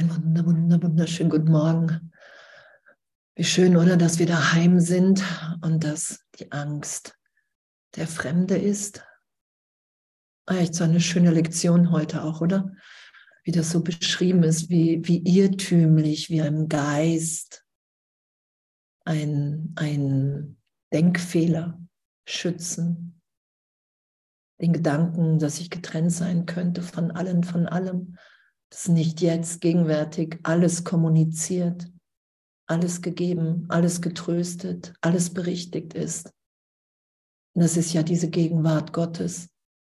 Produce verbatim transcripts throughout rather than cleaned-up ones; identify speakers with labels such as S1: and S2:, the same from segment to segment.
S1: Ein wunder, wunder, wunderschönen guten Morgen. Wie schön, oder, dass wir daheim sind und dass die Angst der Fremde ist. Echt so eine schöne Lektion heute auch, oder? Wie das so beschrieben ist, wie, wie irrtümlich wir im Geist ein, ein Denkfehler schützen. Den Gedanken, dass ich getrennt sein könnte von allen, von allem. Das nicht jetzt gegenwärtig alles kommuniziert. Alles gegeben, alles getröstet, alles berichtigt ist. Und das ist ja diese Gegenwart Gottes.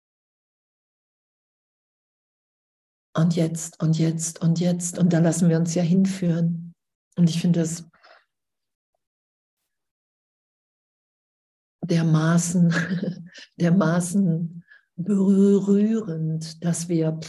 S1: Und jetzt, und jetzt, und jetzt. Und da lassen wir uns ja hinführen. Und ich finde das dermaßen, dermaßen berührend, dass wir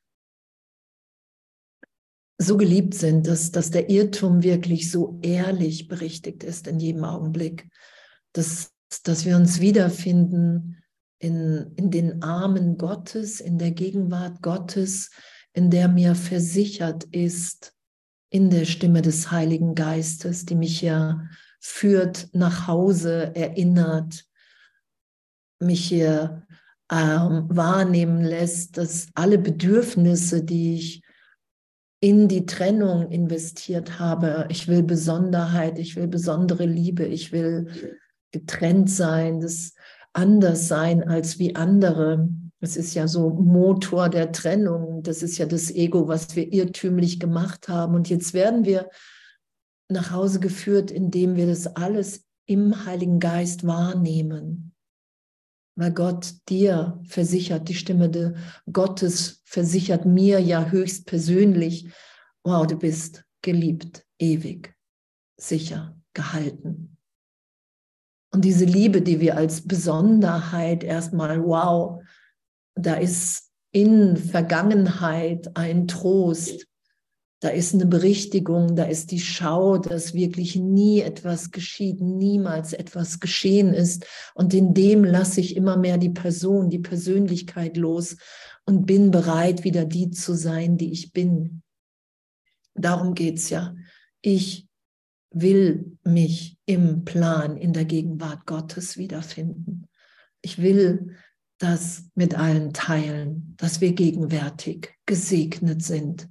S1: so geliebt sind, dass, dass der Irrtum wirklich so ehrlich berichtigt ist in jedem Augenblick. Dass, dass wir uns wiederfinden in, in den Armen Gottes, in der Gegenwart Gottes, in der mir versichert ist, in der Stimme des Heiligen Geistes, die mich ja führt, nach Hause erinnert, mich hier ähm, wahrnehmen lässt, dass alle Bedürfnisse, die ich in die Trennung investiert habe, ich will Besonderheit, ich will besondere Liebe, ich will getrennt sein, das anders sein als wie andere. Das ist ja so Motor der Trennung, das ist ja das Ego, was wir irrtümlich gemacht haben. Und jetzt werden wir nach Hause geführt, indem wir das alles im Heiligen Geist wahrnehmen. Weil Gott dir versichert, die Stimme de Gottes versichert mir ja höchst persönlich, wow, du bist geliebt, ewig, sicher, gehalten. Und diese Liebe, die wir als Besonderheit erstmal, wow, da ist in Vergangenheit ein Trost, da ist eine Berichtigung, da ist die Schau, dass wirklich nie etwas geschieht, niemals etwas geschehen ist. Und in dem lasse ich immer mehr die Person, die Persönlichkeit los und bin bereit, wieder die zu sein, die ich bin. Darum geht's ja. Ich will mich im Plan, in der Gegenwart Gottes wiederfinden. Ich will das mit allen teilen, dass wir gegenwärtig gesegnet sind.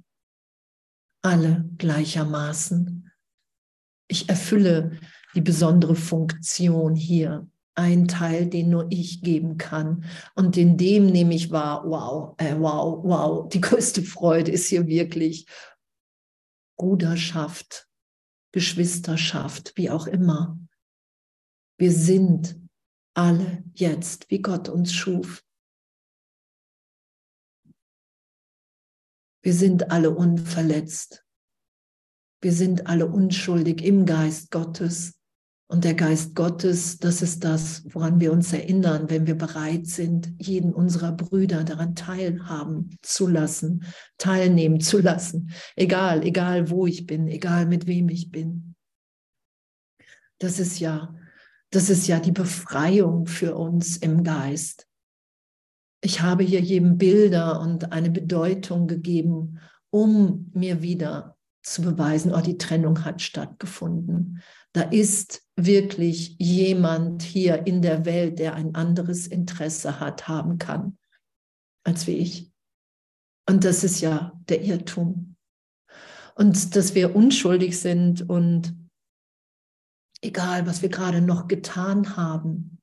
S1: Alle gleichermaßen. Ich erfülle die besondere Funktion hier. Ein Teil, den nur ich geben kann. Und in dem nehme ich wahr, wow, äh, wow, wow, die größte Freude ist hier wirklich Bruderschaft, Geschwisterschaft, wie auch immer. Wir sind alle jetzt, wie Gott uns schuf. Wir sind alle unverletzt. Wir sind alle unschuldig im Geist Gottes. Und der Geist Gottes, das ist das, woran wir uns erinnern, wenn wir bereit sind, jeden unserer Brüder daran teilhaben zu lassen, teilnehmen zu lassen. Egal, egal wo ich bin, egal mit wem ich bin. Das ist ja, das ist ja die Befreiung für uns im Geist. Ich habe hier jedem Bilder und eine Bedeutung gegeben, um mir wieder zu beweisen, oh, die Trennung hat stattgefunden. Da ist wirklich jemand hier in der Welt, der ein anderes Interesse hat, haben kann, als wie ich. Und das ist ja der Irrtum. Und dass wir unschuldig sind und egal, was wir gerade noch getan haben,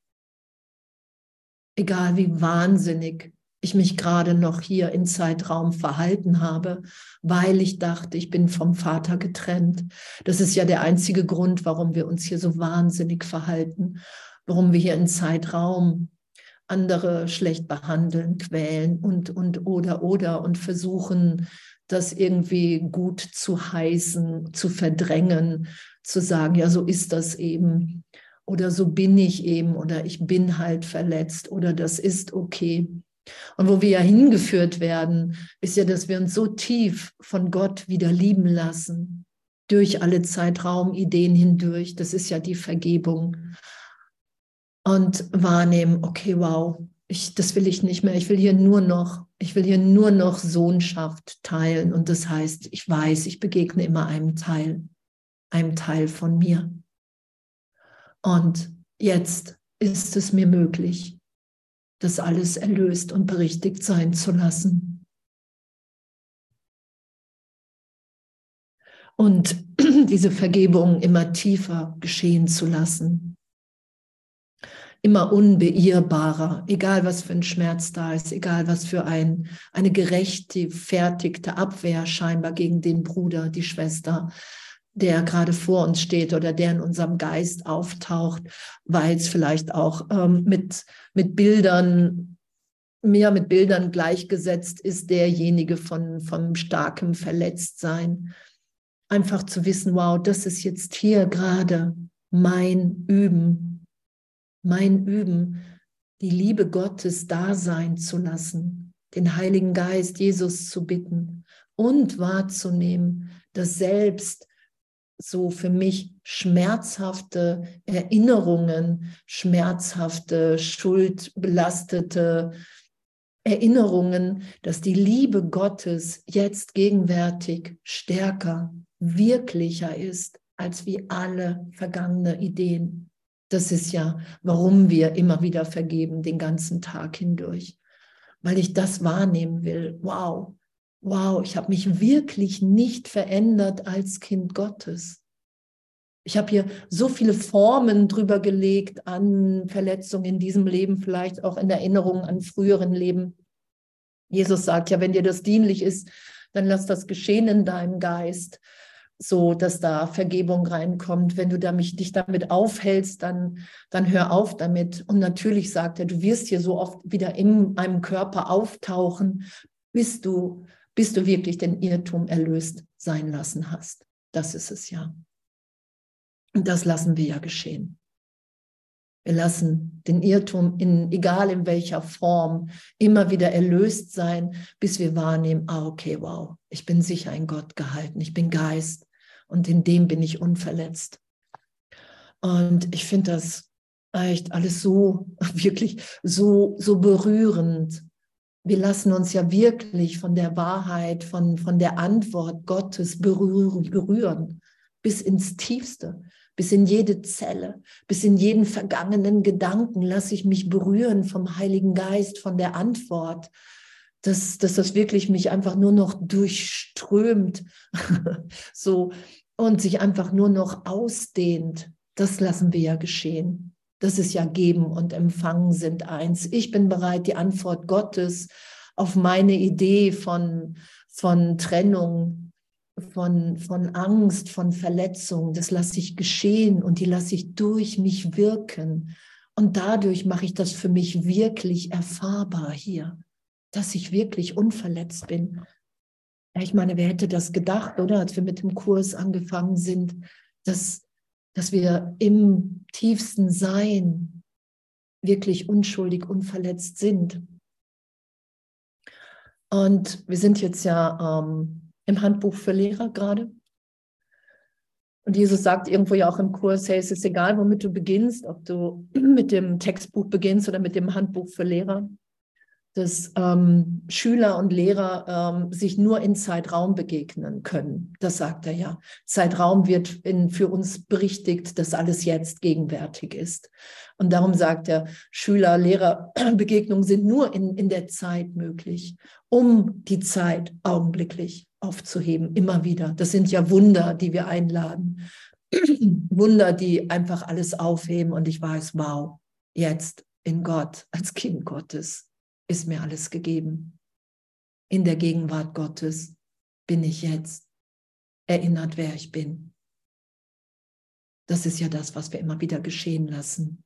S1: egal wie wahnsinnig ich mich gerade noch hier im Zeitraum verhalten habe, weil ich dachte, ich bin vom Vater getrennt. Das ist ja der einzige Grund, warum wir uns hier so wahnsinnig verhalten, warum wir hier im Zeitraum andere schlecht behandeln, quälen und, und, oder, oder und versuchen, das irgendwie gut zu heißen, zu verdrängen, zu sagen, ja, so ist das eben. Oder so bin ich eben, oder ich bin halt verletzt, oder das ist okay. Und wo wir ja hingeführt werden, ist ja, dass wir uns so tief von Gott wieder lieben lassen, durch alle Zeitraumideen hindurch. Das ist ja die Vergebung. Und wahrnehmen, okay, wow, ich, das will ich nicht mehr. Ich will hier nur noch, ich will hier nur noch Sohnschaft teilen. Und das heißt, ich weiß, ich begegne immer einem Teil, einem Teil von mir. Und jetzt ist es mir möglich, das alles erlöst und berichtigt sein zu lassen. Und diese Vergebung immer tiefer geschehen zu lassen. Immer unbeirrbarer, egal was für ein Schmerz da ist, egal was für ein, eine gerechtfertigte Abwehr scheinbar gegen den Bruder, die Schwester, der gerade vor uns steht oder der in unserem Geist auftaucht, weil es vielleicht auch ähm, mit, mit Bildern, mehr mit Bildern gleichgesetzt ist, derjenige von, von starkem Verletztsein. Einfach zu wissen, wow, das ist jetzt hier gerade mein Üben, mein Üben, die Liebe Gottes da sein zu lassen, den Heiligen Geist, Jesus zu bitten und wahrzunehmen, dass selbst so für mich schmerzhafte Erinnerungen, schmerzhafte, schuldbelastete Erinnerungen, dass die Liebe Gottes jetzt gegenwärtig stärker, wirklicher ist als wie alle vergangene Ideen. Das ist ja, warum wir immer wieder vergeben, den ganzen Tag hindurch. Weil ich das wahrnehmen will. Wow, wow, ich habe mich wirklich nicht verändert als Kind Gottes. Ich habe hier so viele Formen drüber gelegt an Verletzungen in diesem Leben, vielleicht auch in Erinnerung an früheren Leben. Jesus sagt ja, wenn dir das dienlich ist, dann lass das geschehen in deinem Geist, so dass da Vergebung reinkommt. Wenn du damit, dich damit aufhältst, dann, dann hör auf damit. Und natürlich sagt er, du wirst hier so oft wieder in einem Körper auftauchen, bis du, bis du wirklich den Irrtum erlöst sein lassen hast. Das ist es ja. Und das lassen wir ja geschehen. Wir lassen den Irrtum, in, egal in welcher Form, immer wieder erlöst sein, bis wir wahrnehmen, ah, okay, wow, ich bin sicher in Gott gehalten, ich bin Geist und in dem bin ich unverletzt. Und ich finde das echt alles so, wirklich so, so berührend. Wir lassen uns ja wirklich von der Wahrheit, von, von der Antwort Gottes berühren, berühren, bis ins Tiefste. Bis in jede Zelle, bis in jeden vergangenen Gedanken lasse ich mich berühren vom Heiligen Geist, von der Antwort, dass, dass das wirklich mich einfach nur noch durchströmt so, und sich einfach nur noch ausdehnt. Das lassen wir ja geschehen. Das ist ja Geben und Empfangen sind eins. Ich bin bereit, die Antwort Gottes auf meine Idee von, von Trennung, Von, von Angst, von Verletzung, das lasse ich geschehen und die lasse ich durch mich wirken. Und dadurch mache ich das für mich wirklich erfahrbar hier, dass ich wirklich unverletzt bin. Ja, ich meine, wer hätte das gedacht, oder, als wir mit dem Kurs angefangen sind, dass, dass wir im tiefsten Sein wirklich unschuldig, unverletzt sind. Und wir sind jetzt ja ähm, im Handbuch für Lehrer gerade. Und Jesus sagt irgendwo ja auch im Kurs, hey, es ist egal, womit du beginnst, ob du mit dem Textbuch beginnst oder mit dem Handbuch für Lehrer, dass ähm, Schüler und Lehrer ähm, sich nur in Zeitraum begegnen können. Das sagt er ja. Zeitraum wird in, für uns berichtigt, dass alles jetzt gegenwärtig ist. Und darum sagt er, Schüler-Lehrer-Begegnungen sind nur in, in der Zeit möglich, um die Zeit augenblicklich aufzuheben, immer wieder. Das sind ja Wunder, die wir einladen. Wunder, die einfach alles aufheben und ich weiß, wow, jetzt in Gott, als Kind Gottes, ist mir alles gegeben. In der Gegenwart Gottes bin ich jetzt erinnert, wer ich bin. Das ist ja das, was wir immer wieder geschehen lassen.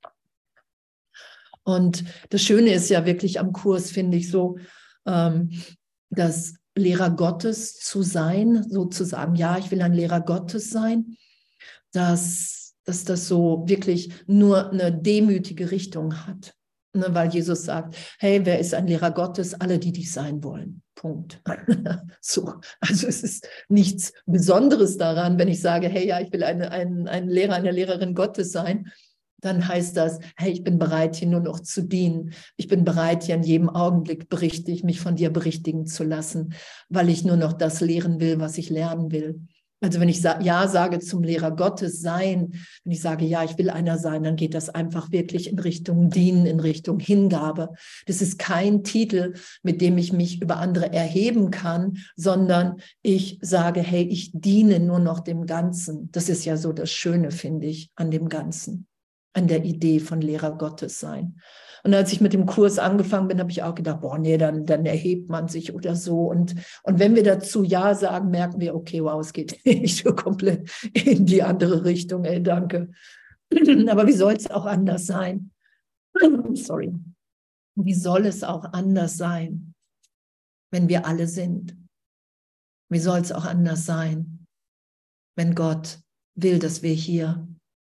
S1: Und das Schöne ist ja wirklich am Kurs, finde ich so, ähm, dass Lehrer Gottes zu sein, sozusagen, ja, ich will ein Lehrer Gottes sein, dass, dass das so wirklich nur eine demütige Richtung hat. Ne, weil Jesus sagt, hey, wer ist ein Lehrer Gottes? Alle, die dies sein wollen. Punkt. So, also es ist nichts Besonderes daran, wenn ich sage, hey, ja, ich will eine, ein, ein Lehrer, eine Lehrerin Gottes sein. dann heißt das, hey, ich bin bereit, hier nur noch zu dienen. Ich bin bereit, hier in jedem Augenblick berichtig, mich von dir berichtigen zu lassen, weil ich nur noch das lehren will, was ich lernen will. Also wenn ich sa- Ja sage zum Lehrer Gottes sein, wenn ich sage, ja, ich will einer sein, dann geht das einfach wirklich in Richtung Dienen, in Richtung Hingabe. Das ist kein Titel, mit dem ich mich über andere erheben kann, sondern ich sage, hey, ich diene nur noch dem Ganzen. Das ist ja so das Schöne, finde ich, an dem Ganzen, an der Idee von Lehrer Gottes sein. Und als ich mit dem Kurs angefangen bin, habe ich auch gedacht, boah, nee, dann, dann erhebt man sich oder so. Und, und wenn wir dazu Ja sagen, merken wir, okay, wow, es geht nicht so komplett in die andere Richtung, ey, danke. Aber wie soll es auch anders sein? Sorry. Wie soll es auch anders sein, wenn wir alle sind? Wie soll es auch anders sein, wenn Gott will, dass wir hier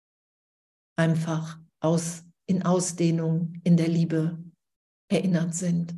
S1: einfach aus, in Ausdehnung, in der Liebe erinnert sind?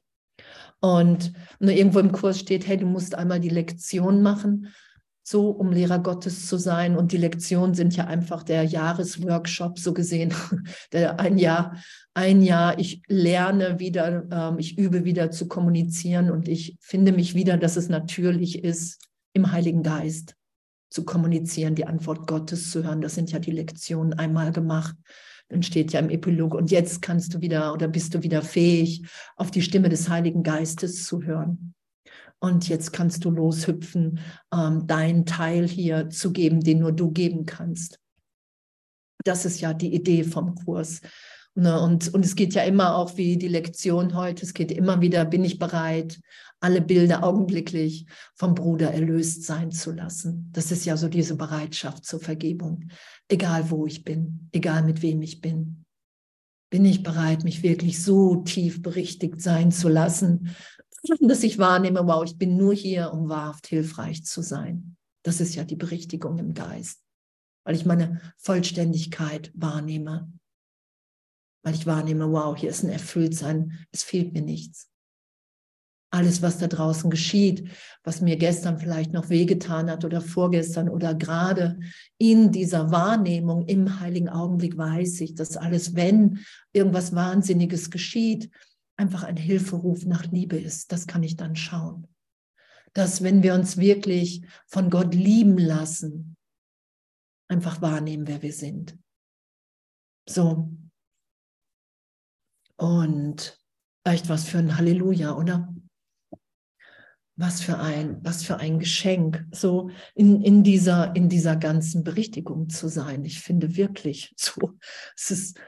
S1: Und nur irgendwo im Kurs steht, hey, du musst einmal die Lektion machen, so um Lehrer Gottes zu sein. Und die Lektionen sind ja einfach der Jahresworkshop, so gesehen. Der ein Jahr, ein Jahr, ich lerne wieder, ähm, ich übe wieder zu kommunizieren und ich finde mich wieder, dass es natürlich ist, im Heiligen Geist zu kommunizieren, die Antwort Gottes zu hören. Das sind ja die Lektionen einmal gemacht. Dann steht ja im Epilog, und jetzt kannst du wieder oder bist du wieder fähig, auf die Stimme des Heiligen Geistes zu hören. Und jetzt kannst du loshüpfen, ähm, deinen Teil hier zu geben, den nur du geben kannst. Das ist ja die Idee vom Kurs. Ne? Und, und es geht ja immer auch wie die Lektion heute, es geht immer wieder, bin ich bereit, alle Bilder augenblicklich vom Bruder erlöst sein zu lassen. Das ist ja so diese Bereitschaft zur Vergebung. Egal wo ich bin, egal mit wem ich bin. Bin ich bereit, mich wirklich so tief berichtigt sein zu lassen, dass ich wahrnehme, wow, ich bin nur hier, um wahrhaft hilfreich zu sein. Das ist ja die Berichtigung im Geist, weil ich meine Vollständigkeit wahrnehme, weil ich wahrnehme, wow, hier ist ein Erfülltsein, es fehlt mir nichts. Alles, was da draußen geschieht, was mir gestern vielleicht noch wehgetan hat oder vorgestern oder gerade in dieser Wahrnehmung im heiligen Augenblick weiß ich, dass alles, wenn irgendwas Wahnsinniges geschieht, einfach ein Hilferuf nach Liebe ist. Das kann ich dann schauen. Dass, wenn wir uns wirklich von Gott lieben lassen, einfach wahrnehmen, wer wir sind. So. Und echt was für ein Halleluja, oder? Was für ein, was für ein Geschenk, so in, in, dieser, in dieser ganzen Berichtigung zu sein. Ich finde wirklich so, es ist,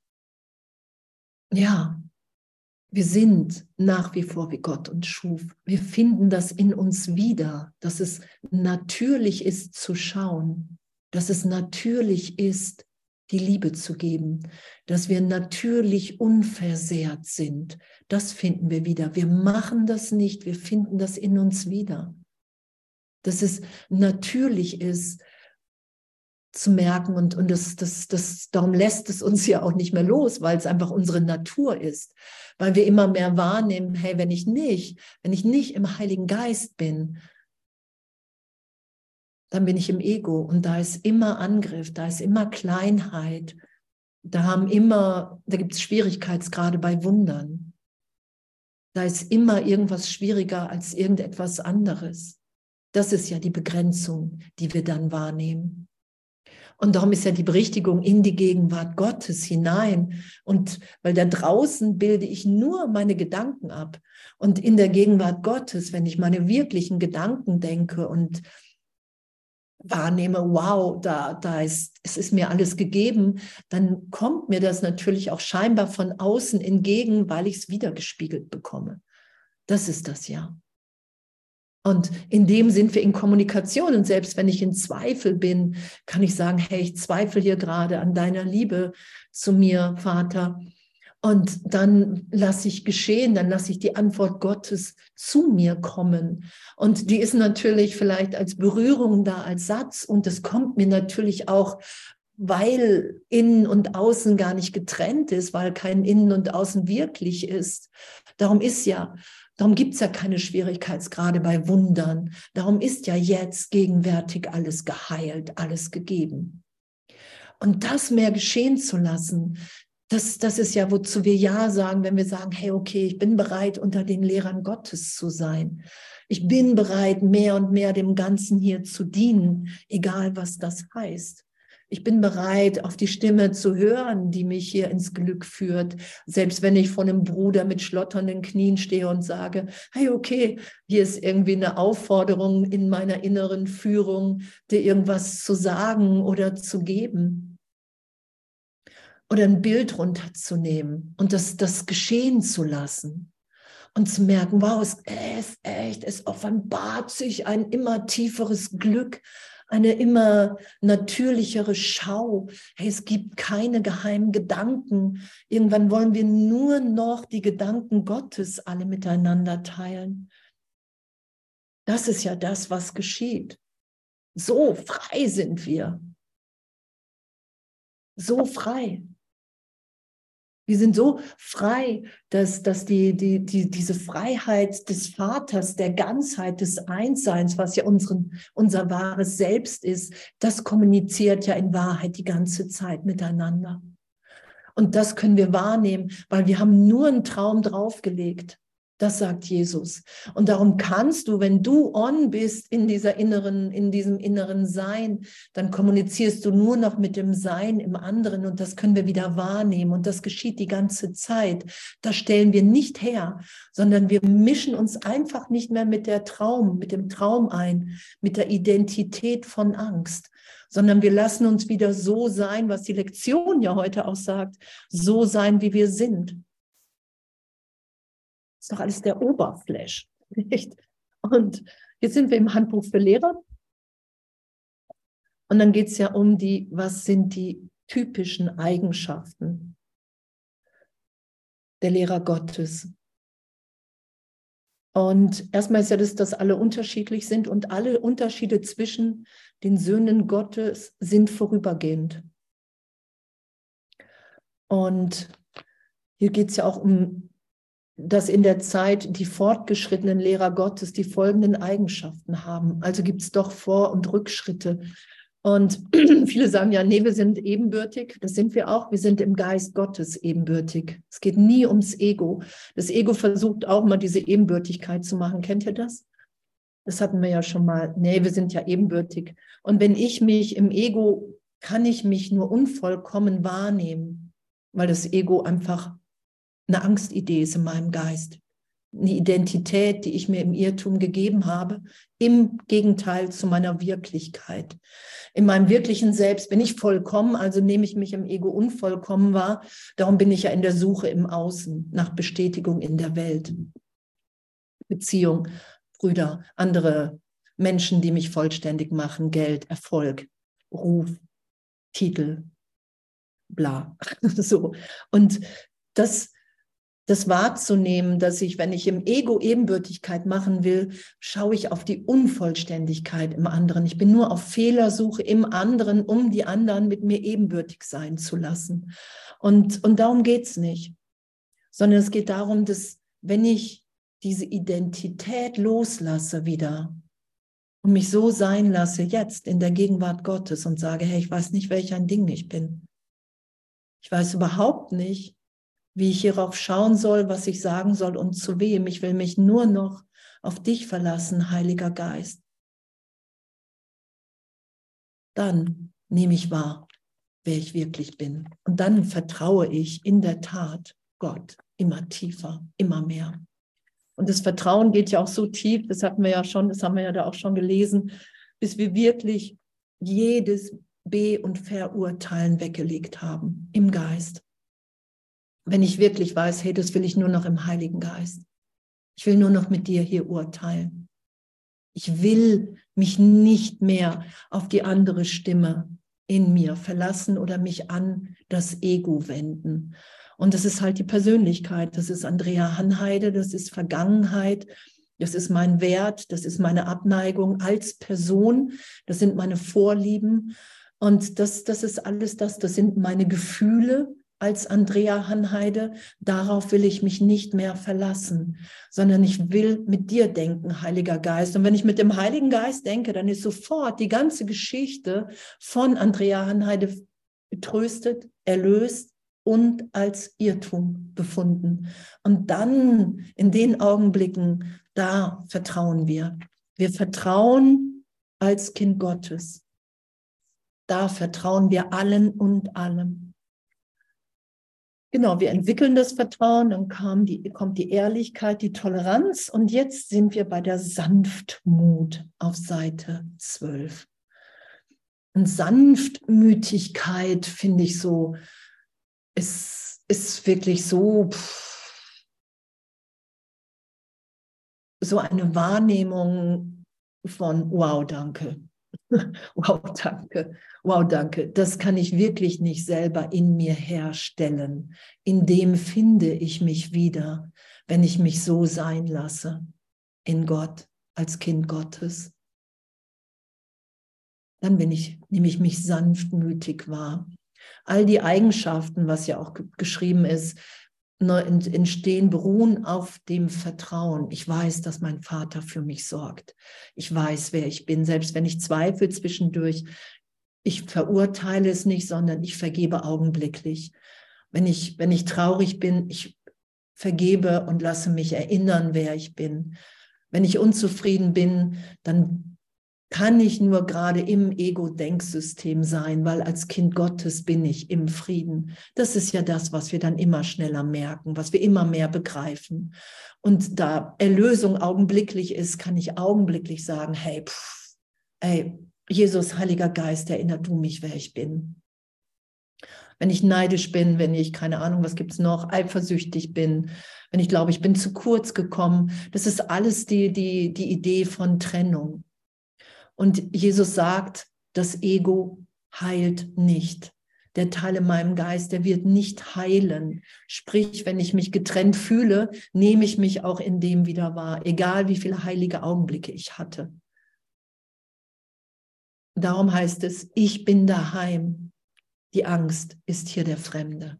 S1: ja, wir sind nach wie vor, wie Gott uns schuf. Wir finden das in uns wieder, dass es natürlich ist zu schauen, dass es natürlich ist, die Liebe zu geben, dass wir natürlich unversehrt sind. Das finden wir wieder. Wir machen das nicht, wir finden das in uns wieder. Dass es natürlich ist, zu merken und, und das, das, das, darum lässt es uns ja auch nicht mehr los, weil es einfach unsere Natur ist. Weil wir immer mehr wahrnehmen, hey, wenn ich nicht, wenn ich nicht im Heiligen Geist bin, dann bin ich im Ego und da ist immer Angriff, da ist immer Kleinheit, da haben immer, da gibt es Schwierigkeitsgrade bei Wundern. Da ist immer irgendwas schwieriger als irgendetwas anderes. Das ist ja die Begrenzung, die wir dann wahrnehmen. Und darum ist ja die Berichtigung in die Gegenwart Gottes hinein. Und weil da draußen bilde ich nur meine Gedanken ab. Und in der Gegenwart Gottes, wenn ich meine wirklichen Gedanken denke und wahrnehme, wow, da, da ist, es ist mir alles gegeben, dann kommt mir das natürlich auch scheinbar von außen entgegen, weil ich es wiedergespiegelt bekomme. Das ist das ja. Und in dem sind wir in Kommunikation. Und selbst wenn ich in Zweifel bin, kann ich sagen, hey, ich zweifle hier gerade an deiner Liebe zu mir, Vater. Und dann lasse ich geschehen, dann lasse ich die Antwort Gottes zu mir kommen. Und die ist natürlich vielleicht als Berührung da, als Satz. Und das kommt mir natürlich auch, weil Innen und Außen gar nicht getrennt ist, weil kein Innen und Außen wirklich ist. Darum ist ja, darum gibt es ja keine Schwierigkeitsgrade bei Wundern. Darum ist ja jetzt gegenwärtig alles geheilt, alles gegeben. Und das mehr geschehen zu lassen, das, das ist ja, wozu wir Ja sagen, wenn wir sagen, hey, okay, ich bin bereit, unter den Lehrern Gottes zu sein. Ich bin bereit, mehr und mehr dem Ganzen hier zu dienen, egal was das heißt. Ich bin bereit, auf die Stimme zu hören, die mich hier ins Glück führt, selbst wenn ich vor einem Bruder mit schlotternden Knien stehe und sage, hey, okay, hier ist irgendwie eine Aufforderung in meiner inneren Führung, dir irgendwas zu sagen oder zu geben. Oder ein Bild runterzunehmen und das, das geschehen zu lassen. Und zu merken, wow, es ist echt, es offenbart sich ein immer tieferes Glück, eine immer natürlichere Schau. Hey, es gibt keine geheimen Gedanken. Irgendwann wollen wir nur noch die Gedanken Gottes alle miteinander teilen. Das ist ja das, was geschieht. So frei sind wir. So frei. Wir sind so frei, dass, dass die, die, die, diese Freiheit des Vaters, der Ganzheit, des Einsseins, was ja unseren, unser wahres Selbst ist, das kommuniziert ja in Wahrheit die ganze Zeit miteinander. Und das können wir wahrnehmen, weil wir haben nur einen Traum draufgelegt. Das sagt Jesus. Und darum kannst du, wenn du on bist in dieser inneren, in diesem inneren Sein, dann kommunizierst du nur noch mit dem Sein im anderen und das können wir wieder wahrnehmen und das geschieht die ganze Zeit. Das stellen wir nicht her, sondern wir mischen uns einfach nicht mehr mit der Traum, mit dem Traum ein, mit der Identität von Angst, sondern wir lassen uns wieder so sein, was die Lektion ja heute auch sagt, so sein, wie wir sind. Ist doch alles der Oberfläche, nicht? Und jetzt sind wir im Handbuch für Lehrer. Und dann geht es ja um die, was sind die typischen Eigenschaften der Lehrer Gottes. Und erstmal ist ja das, dass alle unterschiedlich sind und alle Unterschiede zwischen den Söhnen Gottes sind vorübergehend. Und hier geht es ja auch um, dass in der Zeit die fortgeschrittenen Lehrer Gottes die folgenden Eigenschaften haben. Also gibt es doch Vor- und Rückschritte. Und viele sagen ja, nee, wir sind ebenbürtig. Das sind wir auch. Wir sind im Geist Gottes ebenbürtig. Es geht nie ums Ego. Das Ego versucht auch mal diese Ebenbürtigkeit zu machen. Kennt ihr das? Das hatten wir ja schon mal. Nee, wir sind ja ebenbürtig. Und wenn ich mich im Ego, kann ich mich nur unvollkommen wahrnehmen, weil das Ego einfach eine Angstidee ist in meinem Geist. Eine Identität, die ich mir im Irrtum gegeben habe, im Gegenteil zu meiner Wirklichkeit. In meinem wirklichen Selbst bin ich vollkommen, also nehme ich mich im Ego unvollkommen wahr. Darum bin ich ja in der Suche im Außen nach Bestätigung in der Welt. Beziehung, Brüder, andere Menschen, die mich vollständig machen, Geld, Erfolg, Ruf, Titel, bla. So. Und das Das wahrzunehmen, dass ich, wenn ich im Ego Ebenbürtigkeit machen will, schaue ich auf die Unvollständigkeit im anderen. Ich bin nur auf Fehlersuche im anderen, um die anderen mit mir ebenbürtig sein zu lassen. Und, und darum geht es nicht, sondern es geht darum, dass wenn ich diese Identität loslasse wieder und mich so sein lasse, jetzt in der Gegenwart Gottes und sage, hey, ich weiß nicht, welch ein Ding ich bin. Ich weiß überhaupt nicht, wie ich hierauf schauen soll, was ich sagen soll und zu wem. Ich will mich nur noch auf dich verlassen, Heiliger Geist. Dann nehme ich wahr, wer ich wirklich bin. Und dann vertraue ich in der Tat Gott immer tiefer, immer mehr. Und das Vertrauen geht ja auch so tief, das hatten wir ja schon, das haben wir ja da auch schon gelesen, bis wir wirklich jedes Be- und Verurteilen weggelegt haben im Geist. Wenn ich wirklich weiß, hey, das will ich nur noch im Heiligen Geist. Ich will nur noch mit dir hier urteilen. Ich will mich nicht mehr auf die andere Stimme in mir verlassen oder mich an das Ego wenden. Und das ist halt die Persönlichkeit. Das ist Andrea Hanheide, das ist Vergangenheit, das ist mein Wert, das ist meine Abneigung als Person, das sind meine Vorlieben. Und das, das ist alles das, das sind meine Gefühle, als Andrea Hanheide, darauf will ich mich nicht mehr verlassen, sondern ich will mit dir denken, Heiliger Geist. Und wenn ich mit dem Heiligen Geist denke, dann ist sofort die ganze Geschichte von Andrea Hanheide getröstet, erlöst und als Irrtum befunden. Und dann in den Augenblicken, da vertrauen wir. Wir vertrauen als Kind Gottes. Da vertrauen wir allen und allem. Genau, wir entwickeln das Vertrauen, dann kam die, kommt die Ehrlichkeit, die Toleranz und jetzt sind wir bei der Sanftmut auf Seite zwölf. Und Sanftmütigkeit, finde ich so, ist, ist wirklich so, so eine Wahrnehmung von wow, danke. Wow, danke. Wow, danke. Das kann ich wirklich nicht selber in mir herstellen. In dem finde ich mich wieder, wenn ich mich so sein lasse, in Gott, als Kind Gottes. Dann bin ich, nehme ich mich sanftmütig wahr. All die Eigenschaften, was ja auch geschrieben ist, entstehen, beruhen auf dem Vertrauen. Ich weiß, dass mein Vater für mich sorgt. Ich weiß, wer ich bin, selbst wenn ich zweifle zwischendurch. Ich verurteile es nicht, sondern ich vergebe augenblicklich. Wenn ich, wenn ich traurig bin, ich vergebe und lasse mich erinnern, wer ich bin. Wenn ich unzufrieden bin, dann kann ich nur gerade im Ego-Denksystem sein, weil als Kind Gottes bin ich im Frieden. Das ist ja das, was wir dann immer schneller merken, was wir immer mehr begreifen. Und da Erlösung augenblicklich ist, kann ich augenblicklich sagen, hey, pff, ey, Jesus, Heiliger Geist, erinner du mich, wer ich bin. Wenn ich neidisch bin, wenn ich, keine Ahnung, was gibt es noch, eifersüchtig bin, wenn ich glaube, ich bin zu kurz gekommen, das ist alles die, die, die Idee von Trennung. Und Jesus sagt, das Ego heilt nicht. Der Teil in meinem Geist, der wird nicht heilen. Sprich, wenn ich mich getrennt fühle, nehme ich mich auch in dem wieder wahr, egal wie viele heilige Augenblicke ich hatte. Darum heißt es, ich bin daheim. Die Angst ist hier der Fremde.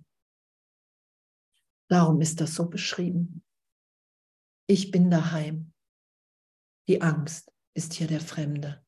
S1: Darum ist das so beschrieben. Ich bin daheim. Die Angst ist hier der Fremde.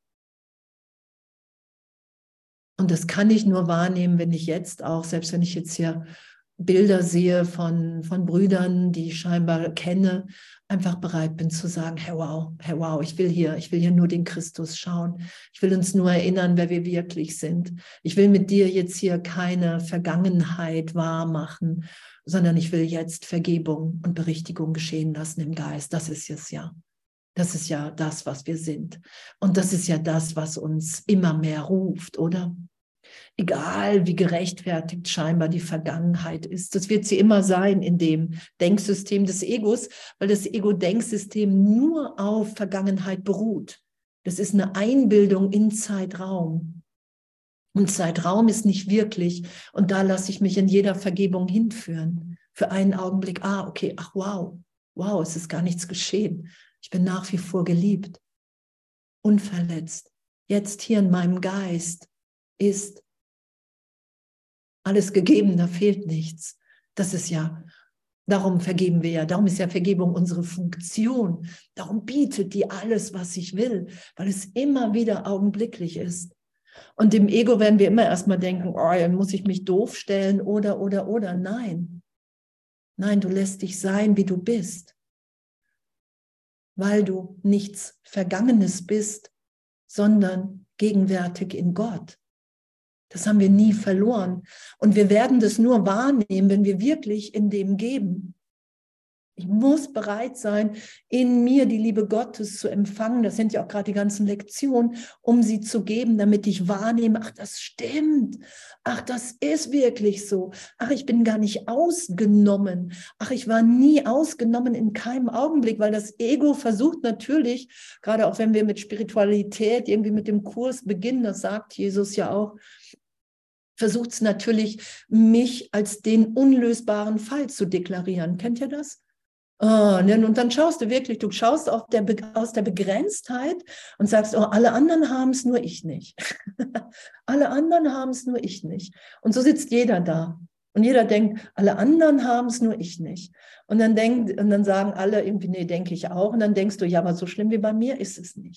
S1: Und das kann ich nur wahrnehmen, wenn ich jetzt auch, selbst wenn ich jetzt hier Bilder sehe von, von Brüdern, die ich scheinbar kenne, einfach bereit bin zu sagen, hey wow, hey wow, ich will hier, ich will hier nur den Christus schauen. Ich will uns nur erinnern, wer wir wirklich sind. Ich will mit dir jetzt hier keine Vergangenheit wahrmachen, sondern ich will jetzt Vergebung und Berichtigung geschehen lassen im Geist. Das ist es ja. Das ist ja das, was wir sind. Und das ist ja das, was uns immer mehr ruft, oder? Egal, wie gerechtfertigt scheinbar die Vergangenheit ist. Das wird sie immer sein in dem Denksystem des Egos, weil das Ego-Denksystem nur auf Vergangenheit beruht. Das ist eine Einbildung in Zeitraum. Und Zeitraum ist nicht wirklich. Und da lasse ich mich in jeder Vergebung hinführen. Für einen Augenblick, ah, okay, ach wow, wow, es ist gar nichts geschehen. Ich bin nach wie vor geliebt, unverletzt. Jetzt hier in meinem Geist ist alles gegeben, da fehlt nichts. Das ist ja, darum vergeben wir ja, darum ist ja Vergebung unsere Funktion. Darum bietet die alles, was ich will, weil es immer wieder augenblicklich ist. Und im Ego werden wir immer erstmal denken, oh, dann muss ich mich doof stellen oder, oder, oder. Nein, nein, du lässt dich sein, wie du bist. Weil du nichts Vergangenes bist, sondern gegenwärtig in Gott. Das haben wir nie verloren. Und wir werden das nur wahrnehmen, wenn wir wirklich in dem geben. Ich muss bereit sein, in mir die Liebe Gottes zu empfangen. Das sind ja auch gerade die ganzen Lektionen, um sie zu geben, damit ich wahrnehme, ach, das stimmt. Ach, das ist wirklich so. Ach, ich bin gar nicht ausgenommen. Ach, ich war nie ausgenommen in keinem Augenblick, weil das Ego versucht natürlich, gerade auch wenn wir mit Spiritualität irgendwie mit dem Kurs beginnen, das sagt Jesus ja auch, versucht es natürlich, mich als den unlösbaren Fall zu deklarieren. Kennt ihr das? Oh, und dann schaust du wirklich, du schaust auf der, aus der Begrenztheit und sagst, oh, alle anderen haben es, nur ich nicht. Alle anderen haben es, nur ich nicht. Und so sitzt jeder da. Und jeder denkt, alle anderen haben es, nur ich nicht. Und dann, denkt, und dann sagen alle irgendwie, nee, denke ich auch. Und dann denkst du, ja, aber so schlimm wie bei mir ist es nicht.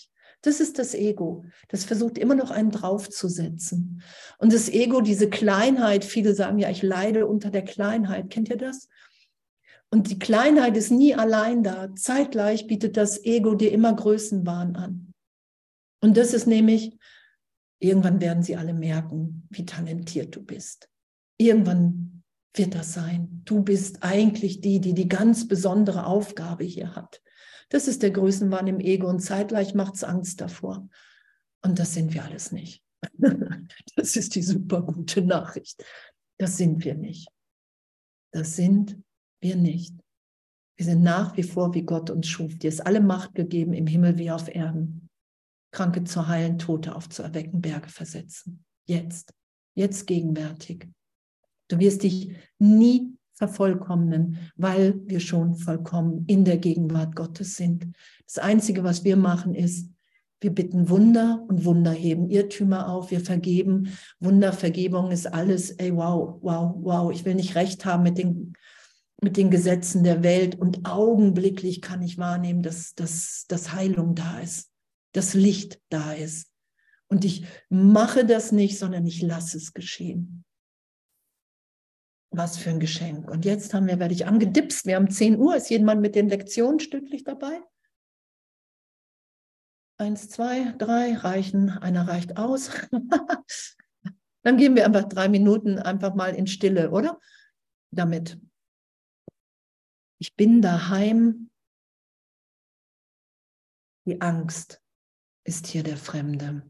S1: Das ist das Ego. Das versucht immer noch einen draufzusetzen. Und das Ego, diese Kleinheit, viele sagen ja, ich leide unter der Kleinheit. Kennt ihr das? Und die Kleinheit ist nie allein da. Zeitgleich bietet das Ego dir immer Größenwahn an. Und das ist nämlich, irgendwann werden sie alle merken, wie talentiert du bist. Irgendwann wird das sein. Du bist eigentlich die, die die ganz besondere Aufgabe hier hat. Das ist der Größenwahn im Ego und zeitgleich macht es Angst davor. Und das sind wir alles nicht. Das ist die super gute Nachricht. Das sind wir nicht. Das sind wir nicht. Wir sind nach wie vor, wie Gott uns schuf. Dir ist alle Macht gegeben, im Himmel wie auf Erden. Kranke zu heilen, Tote aufzuerwecken, Berge versetzen. Jetzt. Jetzt gegenwärtig. Du wirst dich nie vervollkommnen, weil wir schon vollkommen in der Gegenwart Gottes sind. Das Einzige, was wir machen, ist, wir bitten Wunder und Wunder heben Irrtümer auf, wir vergeben. Wunder, Vergebung ist alles, ey, wow, wow, wow. Ich will nicht recht haben mit den, mit den Gesetzen der Welt und augenblicklich kann ich wahrnehmen, dass, dass, dass Heilung da ist, dass Licht da ist. Und ich mache das nicht, sondern ich lasse es geschehen. Was für ein Geschenk. Und jetzt haben wir, werde ich angedipst. Wir haben zehn Uhr. Ist jemand mit den Lektionen stündlich dabei? Eins, zwei, drei reichen. Einer reicht aus. Dann gehen wir einfach drei Minuten einfach mal in Stille, oder? Damit. Ich bin daheim. Die Angst ist hier der Fremde.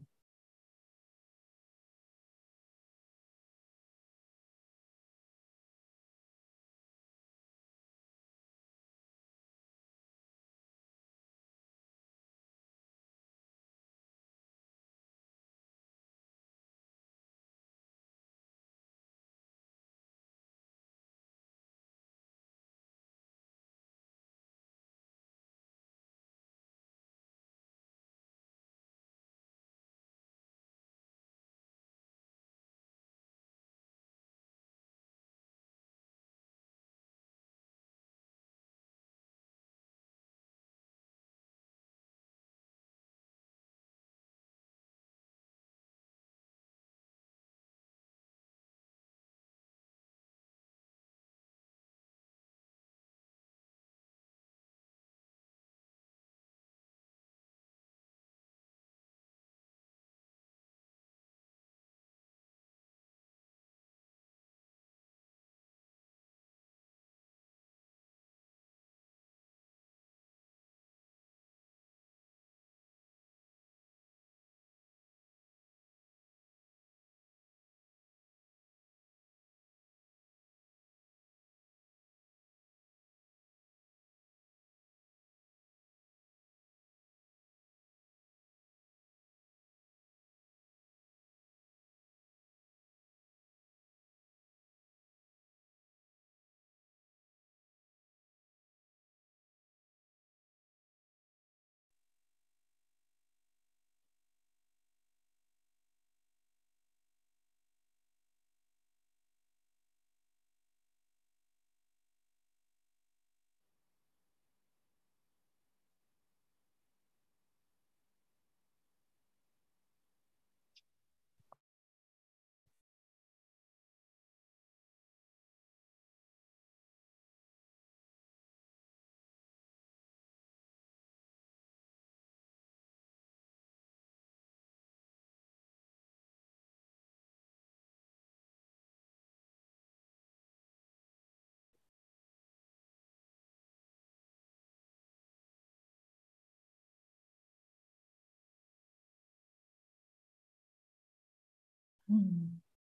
S1: Hm.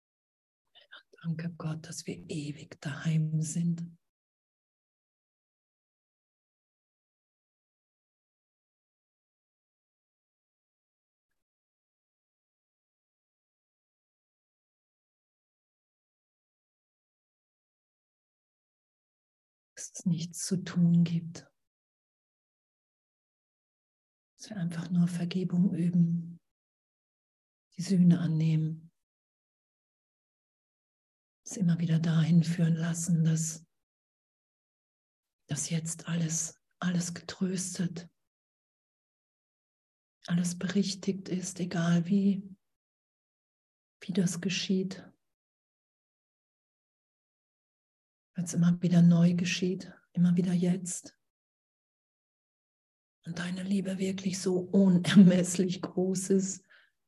S1: Danke Gott, dass wir ewig daheim sind. Dass es nichts zu tun gibt. Dass wir einfach nur Vergebung üben, die Sühne annehmen, es immer wieder dahin führen lassen, dass, dass jetzt alles, alles getröstet, alles berichtigt ist, egal wie, wie das geschieht. Weil es immer wieder neu geschieht, immer wieder jetzt. Und deine Liebe wirklich so unermesslich groß ist,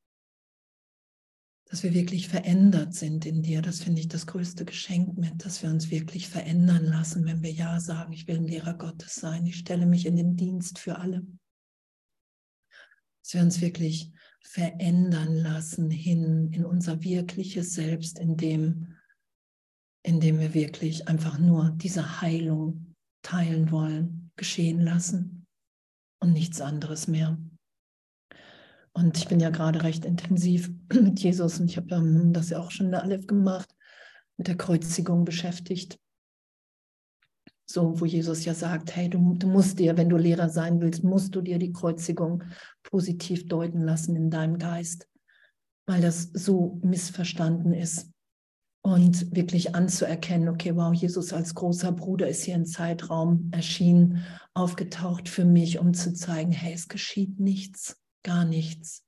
S1: dass wir wirklich verändert sind in dir. Das finde ich das größte Geschenk mit, dass wir uns wirklich verändern lassen, wenn wir Ja sagen, ich will ein Lehrer Gottes sein, ich stelle mich in den Dienst für alle. Dass wir uns wirklich verändern lassen hin in unser wirkliches Selbst, in dem, in dem wir wirklich einfach nur diese Heilung teilen wollen, geschehen lassen und nichts anderes mehr. Und ich bin ja gerade recht intensiv mit Jesus und ich habe ähm, das ja auch schon in der Aleph gemacht, mit der Kreuzigung beschäftigt. So, wo Jesus ja sagt, hey, du, du musst dir, wenn du Lehrer sein willst, musst du dir die Kreuzigung positiv deuten lassen in deinem Geist, weil das so missverstanden ist. Und wirklich anzuerkennen, okay, wow, Jesus als großer Bruder ist hier im Zeitraum erschienen, aufgetaucht für mich, um zu zeigen, hey, es geschieht nichts. Gar nichts.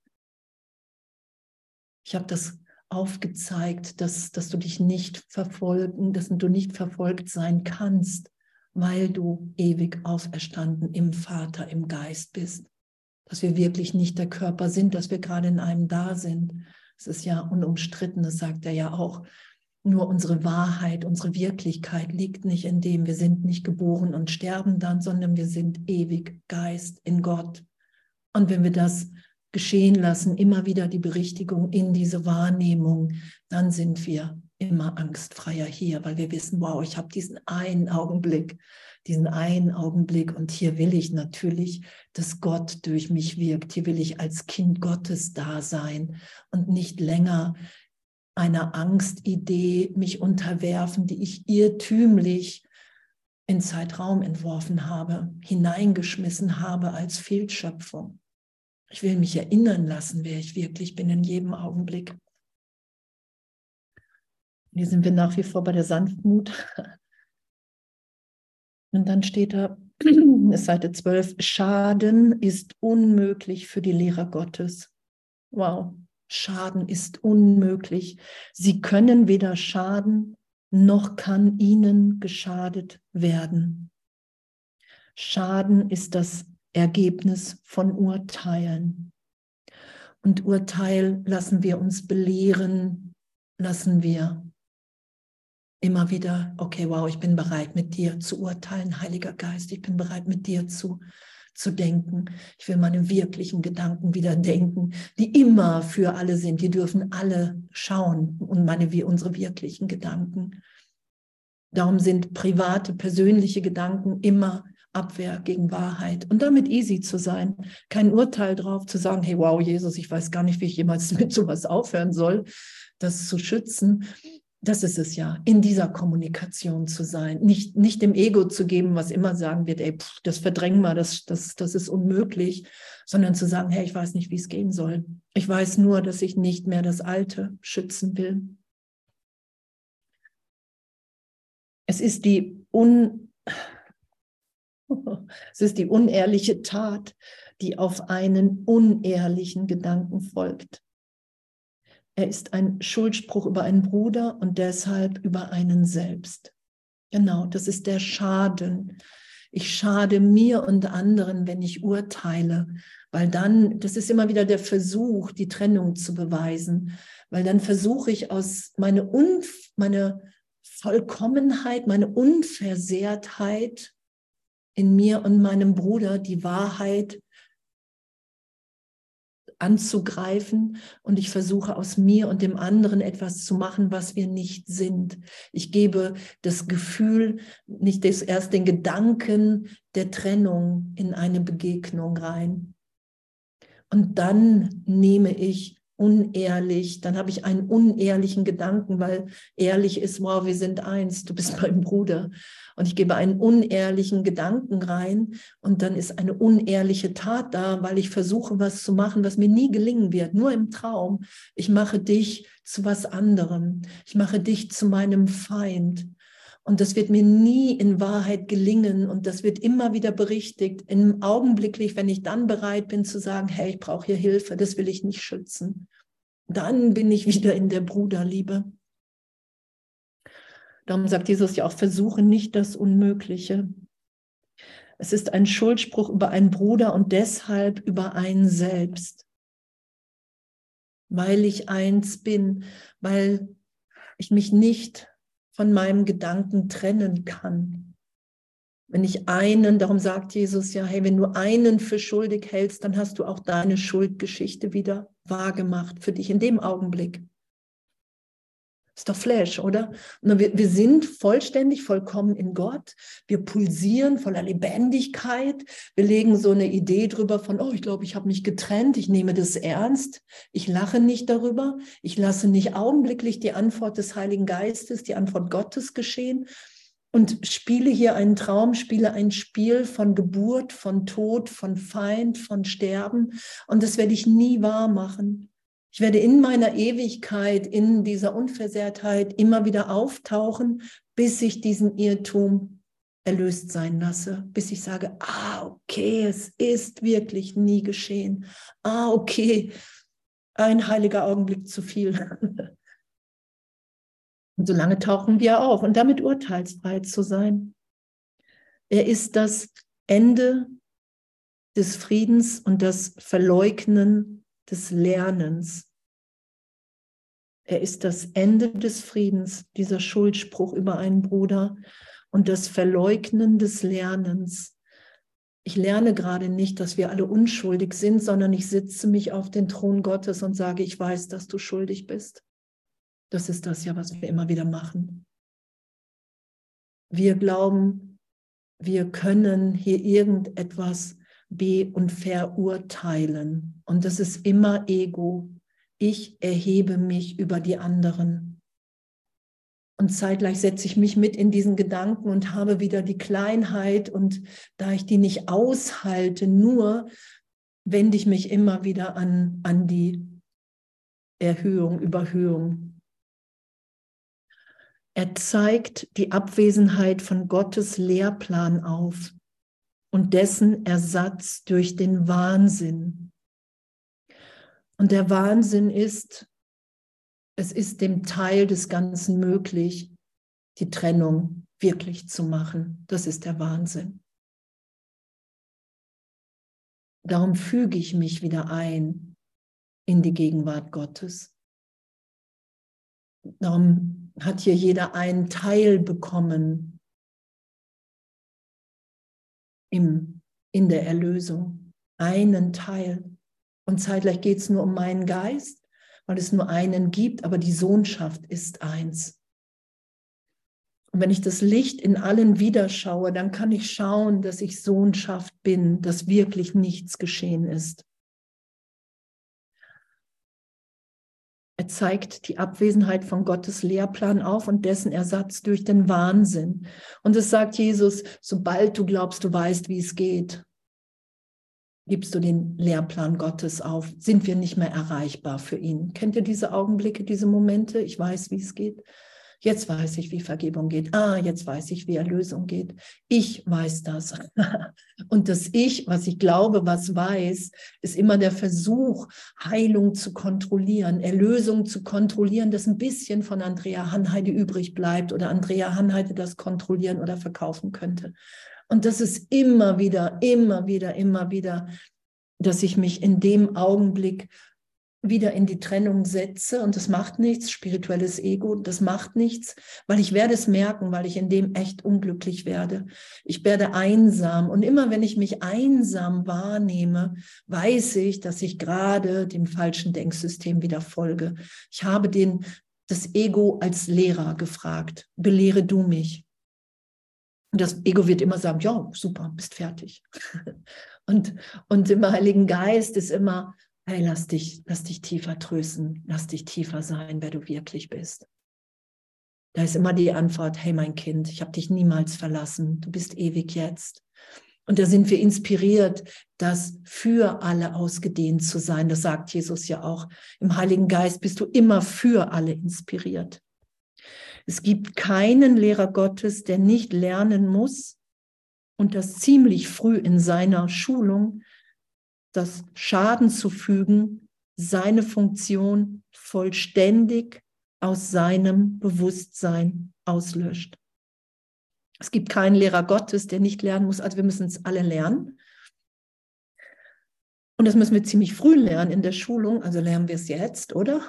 S1: Ich habe das aufgezeigt, dass, dass du dich nicht verfolgen, dass du nicht verfolgt sein kannst, weil du ewig auferstanden im Vater, im Geist bist. Dass wir wirklich nicht der Körper sind, dass wir gerade in einem da sind. Es ist ja unumstritten, das sagt er ja auch. Nur unsere Wahrheit, unsere Wirklichkeit liegt nicht in dem, wir sind nicht geboren und sterben dann, sondern wir sind ewig Geist in Gott. Und wenn wir das geschehen lassen, immer wieder die Berichtigung in diese Wahrnehmung, dann sind wir immer angstfreier hier, weil wir wissen, wow, ich habe diesen einen Augenblick, diesen einen Augenblick und hier will ich natürlich, dass Gott durch mich wirkt. Hier will ich als Kind Gottes da sein und nicht länger einer Angstidee mich unterwerfen, die ich irrtümlich in Zeitraum entworfen habe, hineingeschmissen habe als Fehlschöpfung. Ich will mich erinnern lassen, wer ich wirklich bin in jedem Augenblick. Hier sind wir nach wie vor bei der Sanftmut. Und dann steht da, Seite zwölf, Schaden ist unmöglich für die Lehrer Gottes. Wow, Schaden ist unmöglich. Sie können weder schaden, noch kann ihnen geschadet werden. Schaden ist das Ergebnis von Urteilen. Und Urteil lassen wir uns belehren, lassen wir immer wieder, okay, wow, ich bin bereit, mit dir zu urteilen, Heiliger Geist, ich bin bereit, mit dir zu, zu denken. Ich will meine wirklichen Gedanken wieder denken, die immer für alle sind. Die dürfen alle schauen und meine, wir, unsere wirklichen Gedanken. Darum sind private, persönliche Gedanken immer Abwehr gegen Wahrheit und damit easy zu sein, kein Urteil drauf zu sagen, hey, wow, Jesus, ich weiß gar nicht, wie ich jemals mit sowas aufhören soll, das zu schützen. Das ist es ja, in dieser Kommunikation zu sein, nicht, nicht dem Ego zu geben, was immer sagen wird, ey, pff, das verdrängen wir, das, das, das ist unmöglich, sondern zu sagen, hey, ich weiß nicht, wie es gehen soll. Ich weiß nur, dass ich nicht mehr das Alte schützen will. Es ist die un Es ist die unehrliche Tat, die auf einen unehrlichen Gedanken folgt. Er ist ein Schuldspruch über einen Bruder und deshalb über einen selbst. Genau, das ist der Schaden. Ich schade mir und anderen, wenn ich urteile, weil dann, das ist immer wieder der Versuch, die Trennung zu beweisen, weil dann versuche ich aus meine, Unf- meine Vollkommenheit, meine Unversehrtheit in mir und meinem Bruder die Wahrheit anzugreifen und ich versuche aus mir und dem anderen etwas zu machen, was wir nicht sind. Ich gebe das Gefühl, nicht das, erst den Gedanken der Trennung in eine Begegnung rein. Und dann nehme ich unehrlich, dann habe ich einen unehrlichen Gedanken, weil ehrlich ist, wow, wir sind eins, du bist mein Bruder. Und ich gebe einen unehrlichen Gedanken rein und dann ist eine unehrliche Tat da, weil ich versuche, was zu machen, was mir nie gelingen wird, nur im Traum. Ich mache dich zu was anderem. Ich mache dich zu meinem Feind. Und das wird mir nie in Wahrheit gelingen und das wird immer wieder berichtigt. Im Augenblicklich, wenn ich dann bereit bin zu sagen, hey, ich brauche hier Hilfe, das will ich nicht schützen, dann bin ich wieder in der Bruderliebe. Darum sagt Jesus ja auch, versuche nicht das Unmögliche. Es ist ein Schuldspruch über einen Bruder und deshalb über einen selbst. Weil ich eins bin, weil ich mich nicht von meinem Gedanken trennen kann. Wenn ich einen, darum sagt Jesus ja, hey, wenn du einen für schuldig hältst, dann hast du auch deine Schuldgeschichte wieder wahrgemacht für dich in dem Augenblick. Ist doch Flash, oder? Und wir, wir sind vollständig, vollkommen in Gott. Wir pulsieren voller Lebendigkeit. Wir legen so eine Idee drüber von, oh, ich glaube, ich habe mich getrennt. Ich nehme das ernst. Ich lache nicht darüber. Ich lasse nicht augenblicklich die Antwort des Heiligen Geistes, die Antwort Gottes geschehen und spiele hier einen Traum, spiele ein Spiel von Geburt, von Tod, von Feind, von Sterben. Und das werde ich nie wahr machen. Ich werde in meiner Ewigkeit, in dieser Unversehrtheit immer wieder auftauchen, bis ich diesen Irrtum erlöst sein lasse, bis ich sage, ah, okay, es ist wirklich nie geschehen. Ah, okay, ein heiliger Augenblick zu viel. Und solange tauchen wir auf und damit urteilsfrei zu sein. Er ist das Ende des Friedens und das Verleugnen des Lernens. Er ist das Ende des Friedens, dieser Schuldspruch über einen Bruder und das Verleugnen des Lernens. Ich lerne gerade nicht, dass wir alle unschuldig sind, sondern ich sitze mich auf den Thron Gottes und sage, ich weiß, dass du schuldig bist. Das ist das ja, was wir immer wieder machen. Wir glauben, wir können hier irgendetwas be- und verurteilen. Und das ist immer Ego. Ich erhebe mich über die anderen. Und zeitgleich setze ich mich mit in diesen Gedanken und habe wieder die Kleinheit. Und da ich die nicht aushalte, nur wende ich mich immer wieder an, an die Erhöhung, Überhöhung. Er zeigt die Abwesenheit von Gottes Lehrplan auf und dessen Ersatz durch den Wahnsinn. Und der Wahnsinn ist, es ist dem Teil des Ganzen möglich, die Trennung wirklich zu machen. Das ist der Wahnsinn. Darum füge ich mich wieder ein in die Gegenwart Gottes. Darum hat hier jeder einen Teil bekommen im, in der Erlösung. Einen Teil. Und zeitgleich geht es nur um meinen Geist, weil es nur einen gibt, aber die Sohnschaft ist eins. Und wenn ich das Licht in allen wiederschaue, dann kann ich schauen, dass ich Sohnschaft bin, dass wirklich nichts geschehen ist. Er zeigt die Abwesenheit von Gottes Lehrplan auf und dessen Ersatz durch den Wahnsinn. Und es sagt Jesus, sobald du glaubst, du weißt, wie es geht, gibst du den Lehrplan Gottes auf, sind wir nicht mehr erreichbar für ihn. Kennt ihr diese Augenblicke, diese Momente? Ich weiß, wie es geht. Jetzt weiß ich, wie Vergebung geht. Ah, jetzt weiß ich, wie Erlösung geht. Ich weiß das. Und das Ich, was ich glaube, was weiß, ist immer der Versuch, Heilung zu kontrollieren, Erlösung zu kontrollieren, dass ein bisschen von Andrea Hanheide übrig bleibt oder Andrea Hanheide das kontrollieren oder verkaufen könnte. Und das ist immer wieder, immer wieder, immer wieder, dass ich mich in dem Augenblick wieder in die Trennung setze und das macht nichts, spirituelles Ego, das macht nichts, weil ich werde es merken, weil ich in dem echt unglücklich werde. Ich werde einsam und immer wenn ich mich einsam wahrnehme, weiß ich, dass ich gerade dem falschen Denksystem wieder folge. Ich habe den, das Ego als Lehrer gefragt, belehre du mich. Und das Ego wird immer sagen, ja, super, bist fertig. Und, und im Heiligen Geist ist immer, hey, lass dich, lass dich tiefer trösten, lass dich tiefer sein, wer du wirklich bist. Da ist immer die Antwort, hey mein Kind, ich habe dich niemals verlassen, du bist ewig jetzt. Und da sind wir inspiriert, das für alle ausgedehnt zu sein. Das sagt Jesus ja auch. Im Heiligen Geist bist du immer für alle inspiriert. Es gibt keinen Lehrer Gottes, der nicht lernen muss und das ziemlich früh in seiner Schulung, das Schaden zu fügen, seine Funktion vollständig aus seinem Bewusstsein auslöscht. Es gibt keinen Lehrer Gottes, der nicht lernen muss. Also wir müssen es alle lernen. Und das müssen wir ziemlich früh lernen in der Schulung. Also lernen wir es jetzt, oder?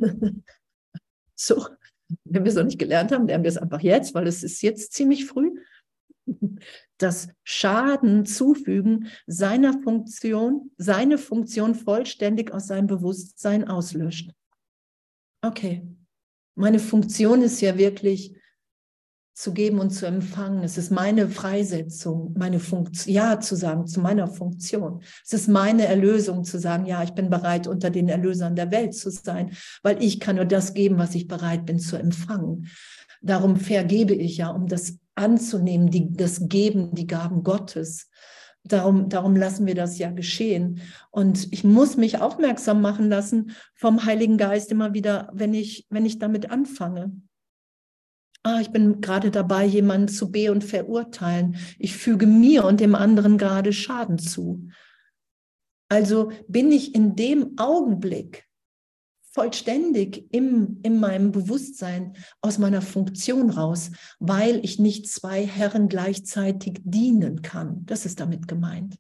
S1: So, wenn wir es noch nicht gelernt haben, lernen wir es einfach jetzt, weil es ist jetzt ziemlich früh. Das Schaden zufügen seiner Funktion, seine Funktion vollständig aus seinem Bewusstsein auslöscht. Okay, meine Funktion ist ja wirklich zu geben und zu empfangen. Es ist meine Freisetzung, meine Funktion, ja zu sagen, zu meiner Funktion. Es ist meine Erlösung zu sagen, ja, ich bin bereit, unter den Erlösern der Welt zu sein, weil ich kann nur das geben, was ich bereit bin zu empfangen. Darum vergebe ich ja, um das anzunehmen, die, das Geben, die Gaben Gottes. Darum, darum lassen wir das ja geschehen. Und ich muss mich aufmerksam machen lassen vom Heiligen Geist immer wieder, wenn ich, wenn ich damit anfange. Ah, ich bin gerade dabei, jemanden zu be- und verurteilen. Ich füge mir und dem anderen gerade Schaden zu. Also bin ich in dem Augenblick vollständig im, in meinem Bewusstsein aus meiner Funktion raus, weil ich nicht zwei Herren gleichzeitig dienen kann. Das ist damit gemeint.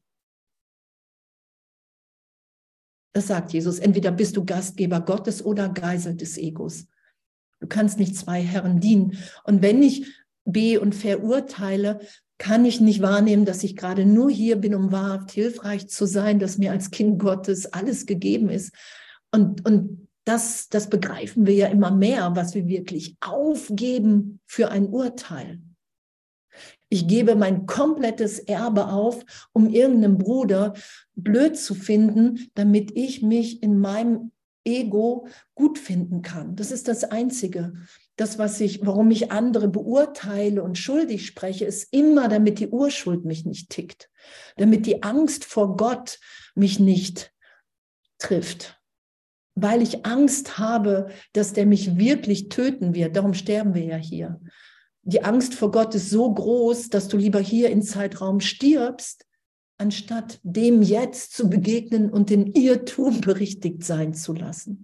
S1: Das sagt Jesus. Entweder bist du Gastgeber Gottes oder Geisel des Egos. Du kannst nicht zwei Herren dienen. Und wenn ich be- und verurteile, kann ich nicht wahrnehmen, dass ich gerade nur hier bin, um wahrhaft hilfreich zu sein, dass mir als Kind Gottes alles gegeben ist. Und, und das, das begreifen wir ja immer mehr, was wir wirklich aufgeben für ein Urteil. Ich gebe mein komplettes Erbe auf, um irgendeinen Bruder blöd zu finden, damit ich mich in meinem Ego gut finden kann. Das ist das Einzige. Das, was ich, warum ich andere beurteile und schuldig spreche, ist immer, damit die Urschuld mich nicht tickt, damit die Angst vor Gott mich nicht trifft, weil ich Angst habe, dass der mich wirklich töten wird. Darum sterben wir ja hier. Die Angst vor Gott ist so groß, dass du lieber hier im Zeitraum stirbst, anstatt dem jetzt zu begegnen und den Irrtum berichtigt sein zu lassen.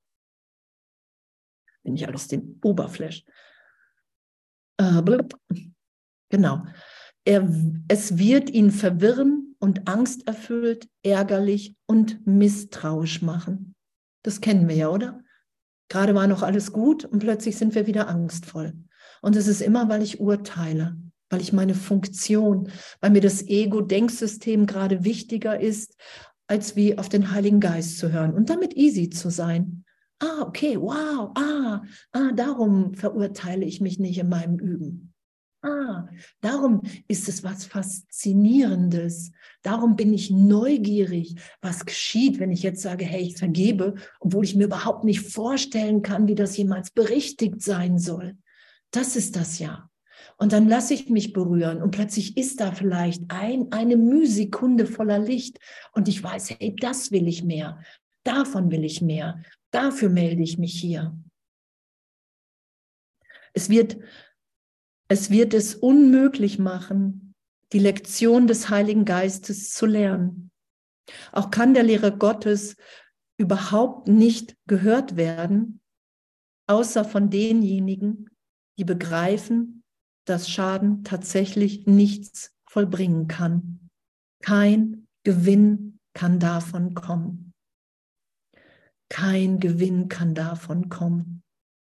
S1: Bin ich alles den Oberfläch. Äh, genau. Er, es wird ihn verwirren und angsterfüllt, ärgerlich und misstrauisch machen. Das kennen wir ja, oder? Gerade war noch alles gut und plötzlich sind wir wieder angstvoll. Und es ist immer, weil ich urteile, weil ich meine Funktion, weil mir das Ego-Denksystem gerade wichtiger ist, als wie auf den Heiligen Geist zu hören und damit easy zu sein. Ah, okay, wow, ah, ah, darum verurteile ich mich nicht in meinem Üben. Ah, darum ist es was Faszinierendes. Darum bin ich neugierig, was geschieht, wenn ich jetzt sage, hey, ich vergebe, obwohl ich mir überhaupt nicht vorstellen kann, wie das jemals berichtigt sein soll. Das ist das ja. Und dann lasse ich mich berühren und plötzlich ist da vielleicht ein, eine Mühsekunde voller Licht und ich weiß, hey, das will ich mehr, davon will ich mehr, dafür melde ich mich hier. Es wird, es wird es unmöglich machen, die Lektion des Heiligen Geistes zu lernen. Auch kann der Lehrer Gottes überhaupt nicht gehört werden, außer von denjenigen, die begreifen, dass Schaden tatsächlich nichts vollbringen kann. Kein Gewinn kann davon kommen. Kein Gewinn kann davon kommen.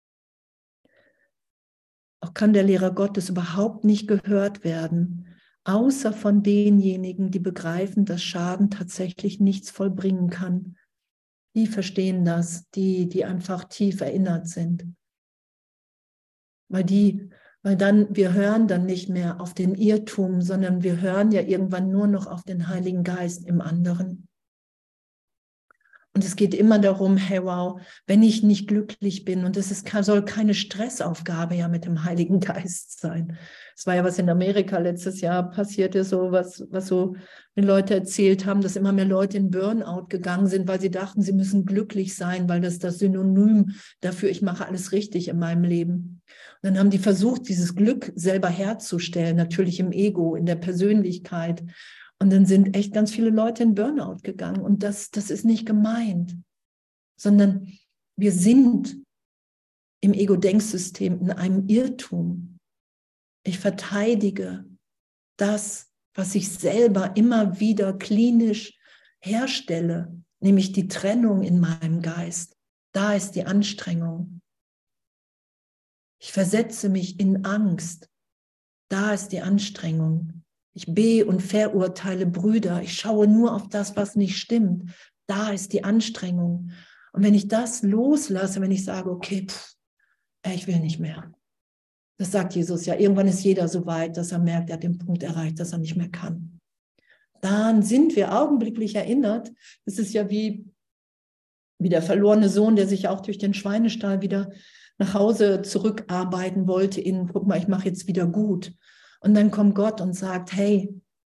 S1: Auch kann der Lehrer Gottes überhaupt nicht gehört werden, außer von denjenigen, die begreifen, dass Schaden tatsächlich nichts vollbringen kann. Die verstehen das, die, die einfach tief erinnert sind. Weil die, weil dann, wir hören dann nicht mehr auf den Irrtum, sondern wir hören ja irgendwann nur noch auf den Heiligen Geist im anderen. Und es geht immer darum, hey wow, wenn ich nicht glücklich bin, und das ist, soll keine Stressaufgabe ja mit dem Heiligen Geist sein. Es war ja, was in Amerika letztes Jahr passierte, so was, was so die Leute erzählt haben, dass immer mehr Leute in Burnout gegangen sind, weil sie dachten, sie müssen glücklich sein, weil das das Synonym dafür, ich mache alles richtig in meinem Leben. Und dann haben die versucht, dieses Glück selber herzustellen, natürlich im Ego, in der Persönlichkeit. Und dann sind echt ganz viele Leute in Burnout gegangen. Und das, das ist nicht gemeint, sondern wir sind im Ego-Denksystem in einem Irrtum. Ich verteidige das, was ich selber immer wieder klinisch herstelle, nämlich die Trennung in meinem Geist. Da ist die Anstrengung. Ich versetze mich in Angst. Da ist die Anstrengung. Ich be- und verurteile Brüder. Ich schaue nur auf das, was nicht stimmt. Da ist die Anstrengung. Und wenn ich das loslasse, wenn ich sage, okay, pff, ich will nicht mehr. Das sagt Jesus ja. Irgendwann ist jeder so weit, dass er merkt, er hat den Punkt erreicht, dass er nicht mehr kann. Dann sind wir augenblicklich erinnert. Es ist ja wie, wie der verlorene Sohn, der sich auch durch den Schweinestall wieder nach Hause zurückarbeiten wollte in, guck mal, ich mache jetzt wieder gut. Und dann kommt Gott und sagt, hey,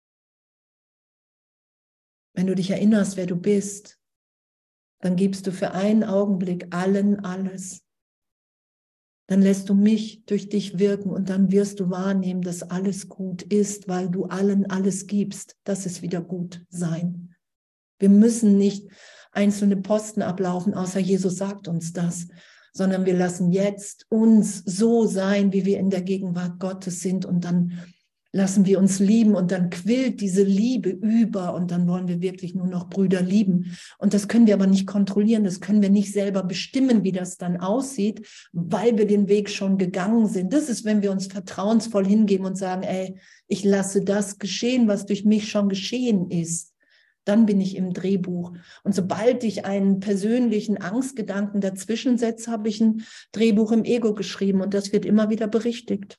S1: wenn du dich erinnerst, wer du bist, dann gibst du für einen Augenblick allen alles. Dann lässt du mich durch dich wirken und dann wirst du wahrnehmen, dass alles gut ist, weil du allen alles gibst. Das ist wieder gut sein. Wir müssen nicht einzelne Posten ablaufen, außer Jesus sagt uns das, sondern wir lassen jetzt uns so sein, wie wir in der Gegenwart Gottes sind und dann lassen wir uns lieben und dann quillt diese Liebe über und dann wollen wir wirklich nur noch Brüder lieben. Und das können wir aber nicht kontrollieren, das können wir nicht selber bestimmen, wie das dann aussieht, weil wir den Weg schon gegangen sind. Das ist, wenn wir uns vertrauensvoll hingeben und sagen, ey, ich lasse das geschehen, was durch mich schon geschehen ist. Dann bin ich im Drehbuch. Und sobald ich einen persönlichen Angstgedanken dazwischen setze, habe ich ein Drehbuch im Ego geschrieben und das wird immer wieder berichtigt.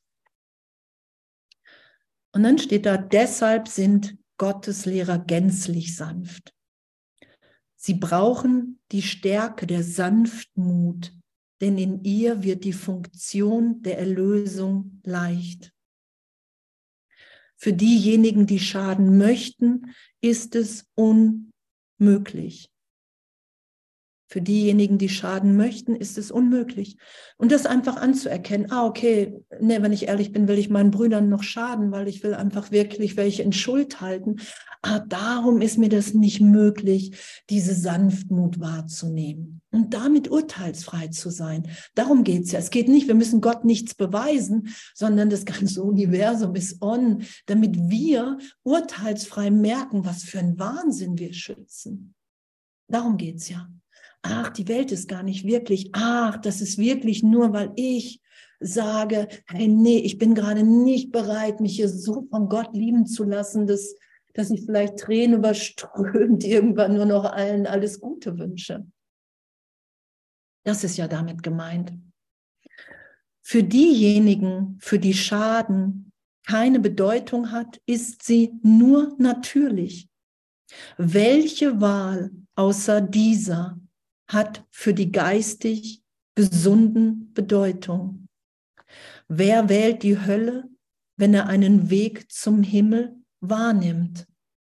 S1: Und dann steht da, deshalb sind Gotteslehrer gänzlich sanft. Sie brauchen die Stärke der Sanftmut, denn in ihr wird die Funktion der Erlösung leicht. Für diejenigen, die schaden möchten, ist es unmöglich. Für diejenigen, die schaden möchten, ist es unmöglich. Und das einfach anzuerkennen, ah, okay, nee, wenn ich ehrlich bin, will ich meinen Brüdern noch schaden, weil ich will einfach wirklich welche in Schuld halten. Ah, darum ist mir das nicht möglich, diese Sanftmut wahrzunehmen und damit urteilsfrei zu sein. Darum geht es ja. Es geht nicht, wir müssen Gott nichts beweisen, sondern das ganze Universum ist on, damit wir urteilsfrei merken, was für ein Wahnsinn wir schützen. Darum geht es ja. Ach, die Welt ist gar nicht wirklich. Ach, das ist wirklich nur, weil ich sage, hey, nee, ich bin gerade nicht bereit, mich hier so von Gott lieben zu lassen, dass, dass ich vielleicht Tränen überströmt irgendwann nur noch allen alles Gute wünsche. Das ist ja damit gemeint. Für diejenigen, für die Schaden keine Bedeutung hat, ist sie nur natürlich. Welche Wahl außer dieser hat für die geistig Gesunden Bedeutung? Wer wählt die Hölle, wenn er einen Weg zum Himmel wahrnimmt?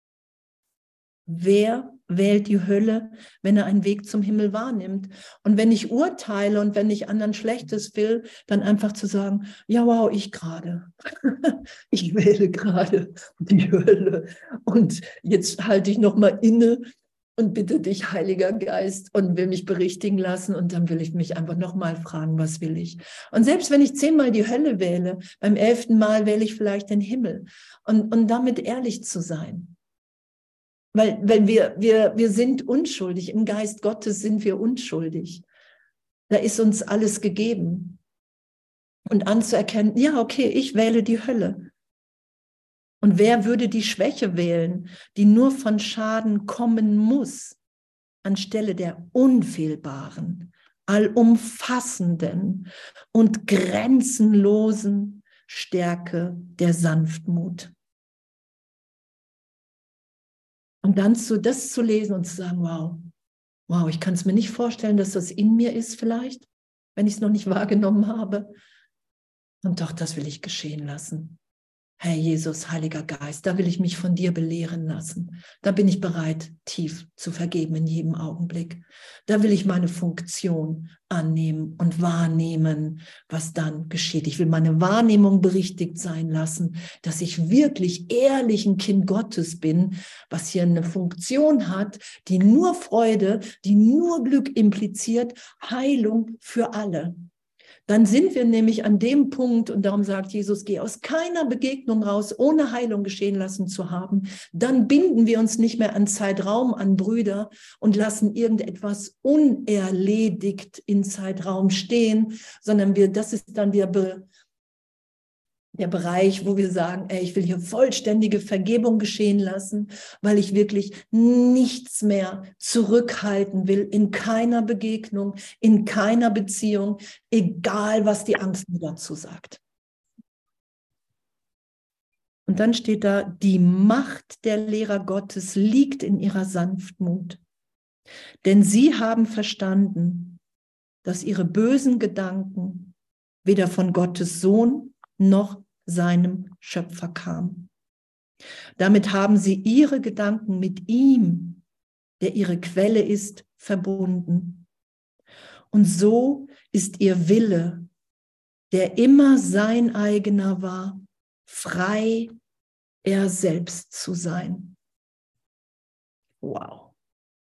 S1: Wer wählt die Hölle, wenn er einen Weg zum Himmel wahrnimmt? Und wenn ich urteile und wenn ich anderen Schlechtes will, dann einfach zu sagen, ja wow, ich gerade. Ich wähle gerade die Hölle. Und jetzt halte ich nochmal inne und bitte dich, Heiliger Geist, und will mich berichtigen lassen. Und dann will ich mich einfach nochmal fragen, was will ich? Und selbst wenn ich zehnmal die Hölle wähle, beim elften Mal wähle ich vielleicht den Himmel. Und, und damit ehrlich zu sein. Weil, weil wir, wir, wir sind unschuldig. Im Geist Gottes sind wir unschuldig. Da ist uns alles gegeben. Und anzuerkennen, ja, okay, ich wähle die Hölle. Und wer würde die Schwäche wählen, die nur von Schaden kommen muss, anstelle der unfehlbaren, allumfassenden und grenzenlosen Stärke der Sanftmut? Und dann zu, das zu lesen und zu sagen, wow, wow, ich kann es mir nicht vorstellen, dass das in mir ist vielleicht, wenn ich es noch nicht wahrgenommen habe. Und doch, das will ich geschehen lassen. Herr Jesus, Heiliger Geist, da will ich mich von dir belehren lassen. Da bin ich bereit, tief zu vergeben in jedem Augenblick. Da will ich meine Funktion annehmen und wahrnehmen, was dann geschieht. Ich will meine Wahrnehmung berichtigt sein lassen, dass ich wirklich ehrlich ein Kind Gottes bin, was hier eine Funktion hat, die nur Freude, die nur Glück impliziert, Heilung für alle. Dann sind wir nämlich an dem Punkt, und darum sagt Jesus, geh aus keiner Begegnung raus, ohne Heilung geschehen lassen zu haben. Dann binden wir uns nicht mehr an Zeitraum, an Brüder und lassen irgendetwas unerledigt in Zeitraum stehen, sondern wir, das ist dann der, Be, der Bereich, wo wir sagen, ey, ich will hier vollständige Vergebung geschehen lassen, weil ich wirklich nichts mehr zurückhalten will, in keiner Begegnung, in keiner Beziehung, egal was die Angst mir dazu sagt. Und dann steht da, die Macht der Lehrer Gottes liegt in ihrer Sanftmut, denn sie haben verstanden, dass ihre bösen Gedanken weder von Gottes Sohn noch seinem Schöpfer kamen. Damit haben sie ihre Gedanken mit ihm, der ihre Quelle ist, verbunden. Und so ist ihr Wille, der immer sein eigener war, frei, er selbst zu sein. Wow.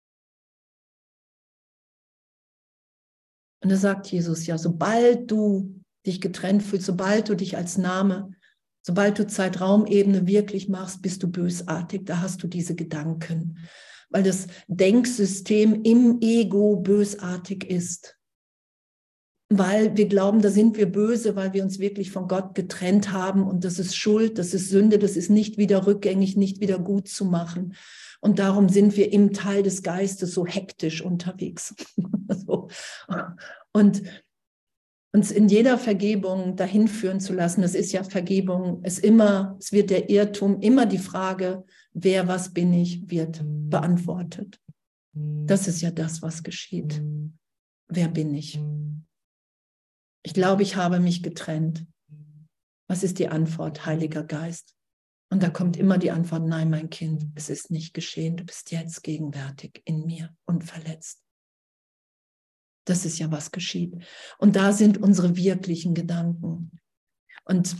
S1: Und da sagt Jesus, ja, sobald du dich getrennt fühlst, sobald du dich als Name, sobald du Zeitraumebene wirklich machst, bist du bösartig, da hast du diese Gedanken, weil das Denksystem im Ego bösartig ist. Weil wir glauben, da sind wir böse, weil wir uns wirklich von Gott getrennt haben und das ist Schuld, das ist Sünde, das ist nicht wieder rückgängig, nicht wieder gut zu machen. Und darum sind wir im Teil des Geistes so hektisch unterwegs. so. Und uns in jeder Vergebung dahin führen zu lassen, das ist ja Vergebung, ist immer, es wird der Irrtum, immer die Frage, wer, was bin ich, wird beantwortet. Das ist ja das, was geschieht. Wer bin ich? Ich glaube, ich habe mich getrennt. Was ist die Antwort, Heiliger Geist? Und da kommt immer die Antwort, nein, mein Kind, es ist nicht geschehen, du bist jetzt gegenwärtig in mir und verletzt. Das ist ja, was geschieht. Und da sind unsere wirklichen Gedanken. Und,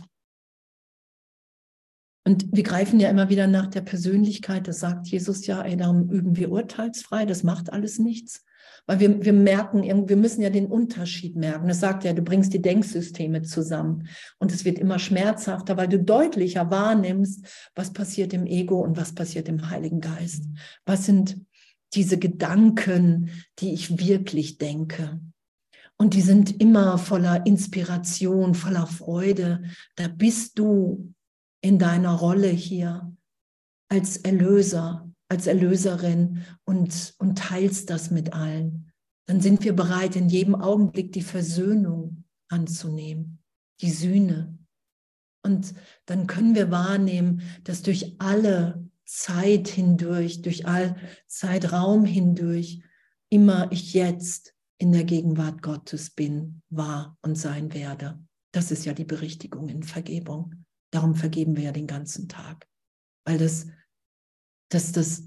S1: und wir greifen ja immer wieder nach der Persönlichkeit, das sagt Jesus ja, ey, darum üben wir urteilsfrei, das macht alles nichts. Weil wir, wir merken, wir müssen ja den Unterschied merken. Das sagt ja, du bringst die Denksysteme zusammen und es wird immer schmerzhafter, weil du deutlicher wahrnimmst, was passiert im Ego und was passiert im Heiligen Geist. Was sind diese Gedanken, die ich wirklich denke? Und die sind immer voller Inspiration, voller Freude. Da bist du in deiner Rolle hier als Erlöser, als Erlöserin und, und teilst das mit allen. Dann sind wir bereit, in jedem Augenblick die Versöhnung anzunehmen, die Sühne. Und dann können wir wahrnehmen, dass durch alle Zeit hindurch, durch all Zeitraum hindurch, immer ich jetzt in der Gegenwart Gottes bin, war und sein werde. Das ist ja die Berichtigung in Vergebung. Darum vergeben wir ja den ganzen Tag. Weil das dass das,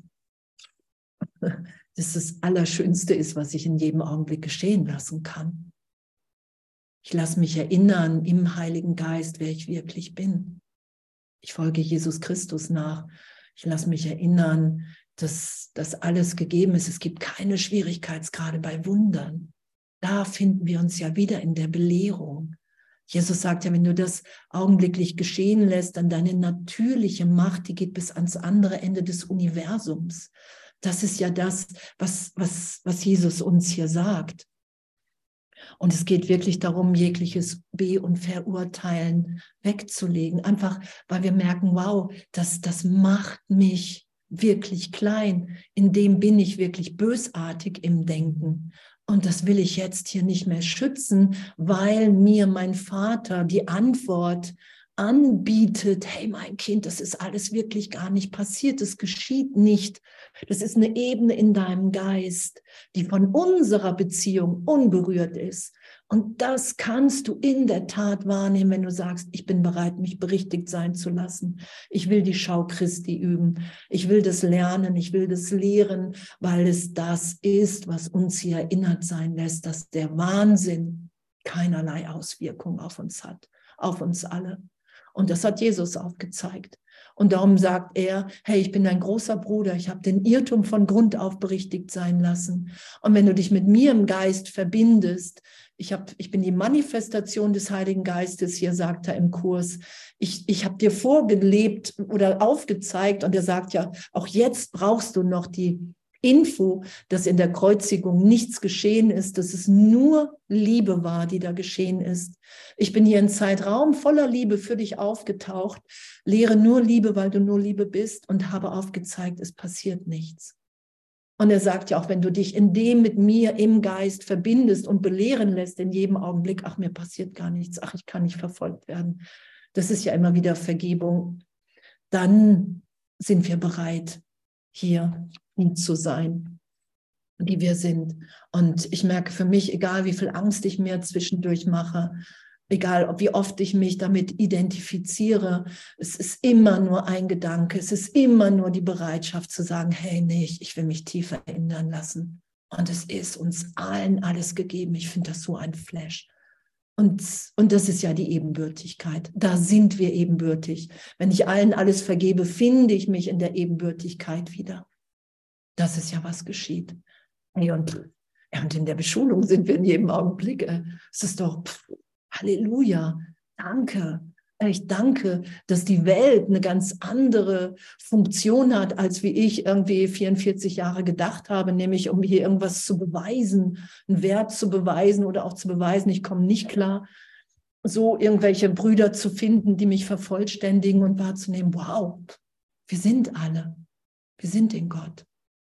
S1: dass das Allerschönste ist, was ich in jedem Augenblick geschehen lassen kann. Ich lasse mich erinnern im Heiligen Geist, wer ich wirklich bin. Ich folge Jesus Christus nach. Ich lasse mich erinnern, dass das alles gegeben ist. Es gibt keine Schwierigkeitsgrade bei Wundern. Da finden wir uns ja wieder in der Belehrung. Jesus sagt ja, wenn du das augenblicklich geschehen lässt, dann deine natürliche Macht, die geht bis ans andere Ende des Universums. Das ist ja das, was, was, was Jesus uns hier sagt. Und es geht wirklich darum, jegliches Be- und Verurteilen wegzulegen. Einfach, weil wir merken, wow, das, das macht mich wirklich klein. In dem bin ich wirklich bösartig im Denken. Und das will ich jetzt hier nicht mehr schützen, weil mir mein Vater die Antwort anbietet, hey mein Kind, das ist alles wirklich gar nicht passiert, das geschieht nicht. Das ist eine Ebene in deinem Geist, die von unserer Beziehung unberührt ist. Und das kannst du in der Tat wahrnehmen, wenn du sagst, ich bin bereit, mich berichtigt sein zu lassen. Ich will die Schau Christi üben. Ich will das lernen, ich will das lehren, weil es das ist, was uns hier erinnert sein lässt, dass der Wahnsinn keinerlei Auswirkung auf uns hat, auf uns alle. Und das hat Jesus aufgezeigt. Und darum sagt er, hey, ich bin dein großer Bruder, ich habe den Irrtum von Grund auf berichtigt sein lassen. Und wenn du dich mit mir im Geist verbindest, ich, hab, ich bin die Manifestation des Heiligen Geistes, hier sagt er im Kurs, ich, ich habe dir vorgelebt oder aufgezeigt, und er sagt ja, auch jetzt brauchst du noch die Info, dass in der Kreuzigung nichts geschehen ist, dass es nur Liebe war, die da geschehen ist. Ich bin hier in Zeitraum voller Liebe für dich aufgetaucht, lehre nur Liebe, weil du nur Liebe bist, und habe aufgezeigt, es passiert nichts. Und er sagt ja auch, wenn du dich in dem mit mir im Geist verbindest und belehren lässt in jedem Augenblick, ach, mir passiert gar nichts, ach, ich kann nicht verfolgt werden. Das ist ja immer wieder Vergebung. Dann sind wir bereit, hier zu sein, die wir sind. Und ich merke für mich, egal wie viel Angst ich mir zwischendurch mache, egal ob wie oft ich mich damit identifiziere, es ist immer nur ein Gedanke, es ist immer nur die Bereitschaft zu sagen, hey, nee, ich will mich tiefer ändern lassen. Und es ist uns allen alles gegeben. Ich finde das so ein Flash. Und, und das ist ja die Ebenbürtigkeit. Da sind wir ebenbürtig. Wenn ich allen alles vergebe, finde ich mich in der Ebenbürtigkeit wieder. Das ist ja, was geschieht. Und, ja, und in der Beschulung sind wir in jedem Augenblick. Äh, es ist doch, pff, Halleluja, danke. Ich danke, dass die Welt eine ganz andere Funktion hat, als wie ich irgendwie vierundvierzig Jahre gedacht habe, nämlich um hier irgendwas zu beweisen, einen Wert zu beweisen oder auch zu beweisen, ich komme nicht klar, so irgendwelche Brüder zu finden, die mich vervollständigen und wahrzunehmen, wow, wir sind alle, wir sind in Gott.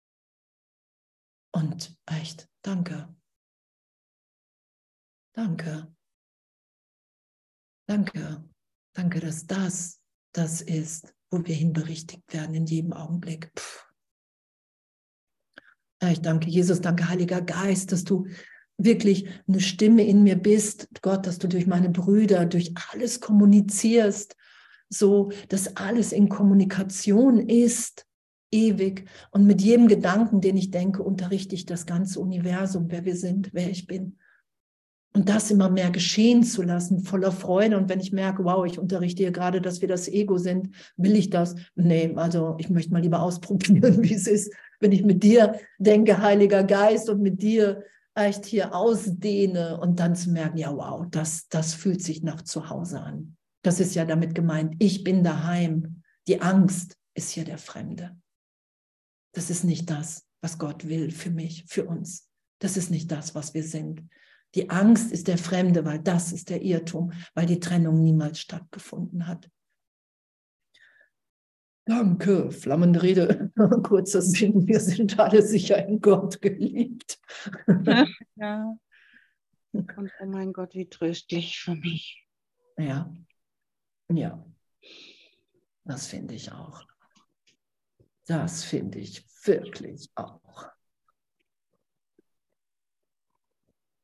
S1: Und echt, danke. Danke. Danke. Danke, dass das das ist, wo wir hinberichtigt werden in jedem Augenblick. Puh. Ich danke Jesus, danke Heiliger Geist, dass du wirklich eine Stimme in mir bist. Gott, dass du durch meine Brüder, durch alles kommunizierst, so dass alles in Kommunikation ist. Ewig. Und mit jedem Gedanken, den ich denke, unterrichte ich das ganze Universum, wer wir sind, wer ich bin. Und das immer mehr geschehen zu lassen, voller Freude. Und wenn ich merke, wow, ich unterrichte hier gerade, dass wir das Ego sind, will ich das? Nee, also ich möchte mal lieber ausprobieren, wie es ist, wenn ich mit dir denke, Heiliger Geist, und mit dir echt hier ausdehne und dann zu merken, ja, wow, das, das fühlt sich nach Zuhause an. Das ist ja damit gemeint, ich bin daheim. Die Angst ist hier der Fremde. Das ist nicht das, was Gott will für mich, für uns. Das ist nicht das, was wir sind. Die Angst ist der Fremde, weil das ist der Irrtum, weil die Trennung niemals stattgefunden hat. Danke, flammende Rede, kurzer Sinn, wir sind alle sicher in Gott geliebt.
S2: Ja. Und oh mein Gott, wie tröstlich für mich.
S1: Ja, ja, das finde ich auch. Das finde ich wirklich auch.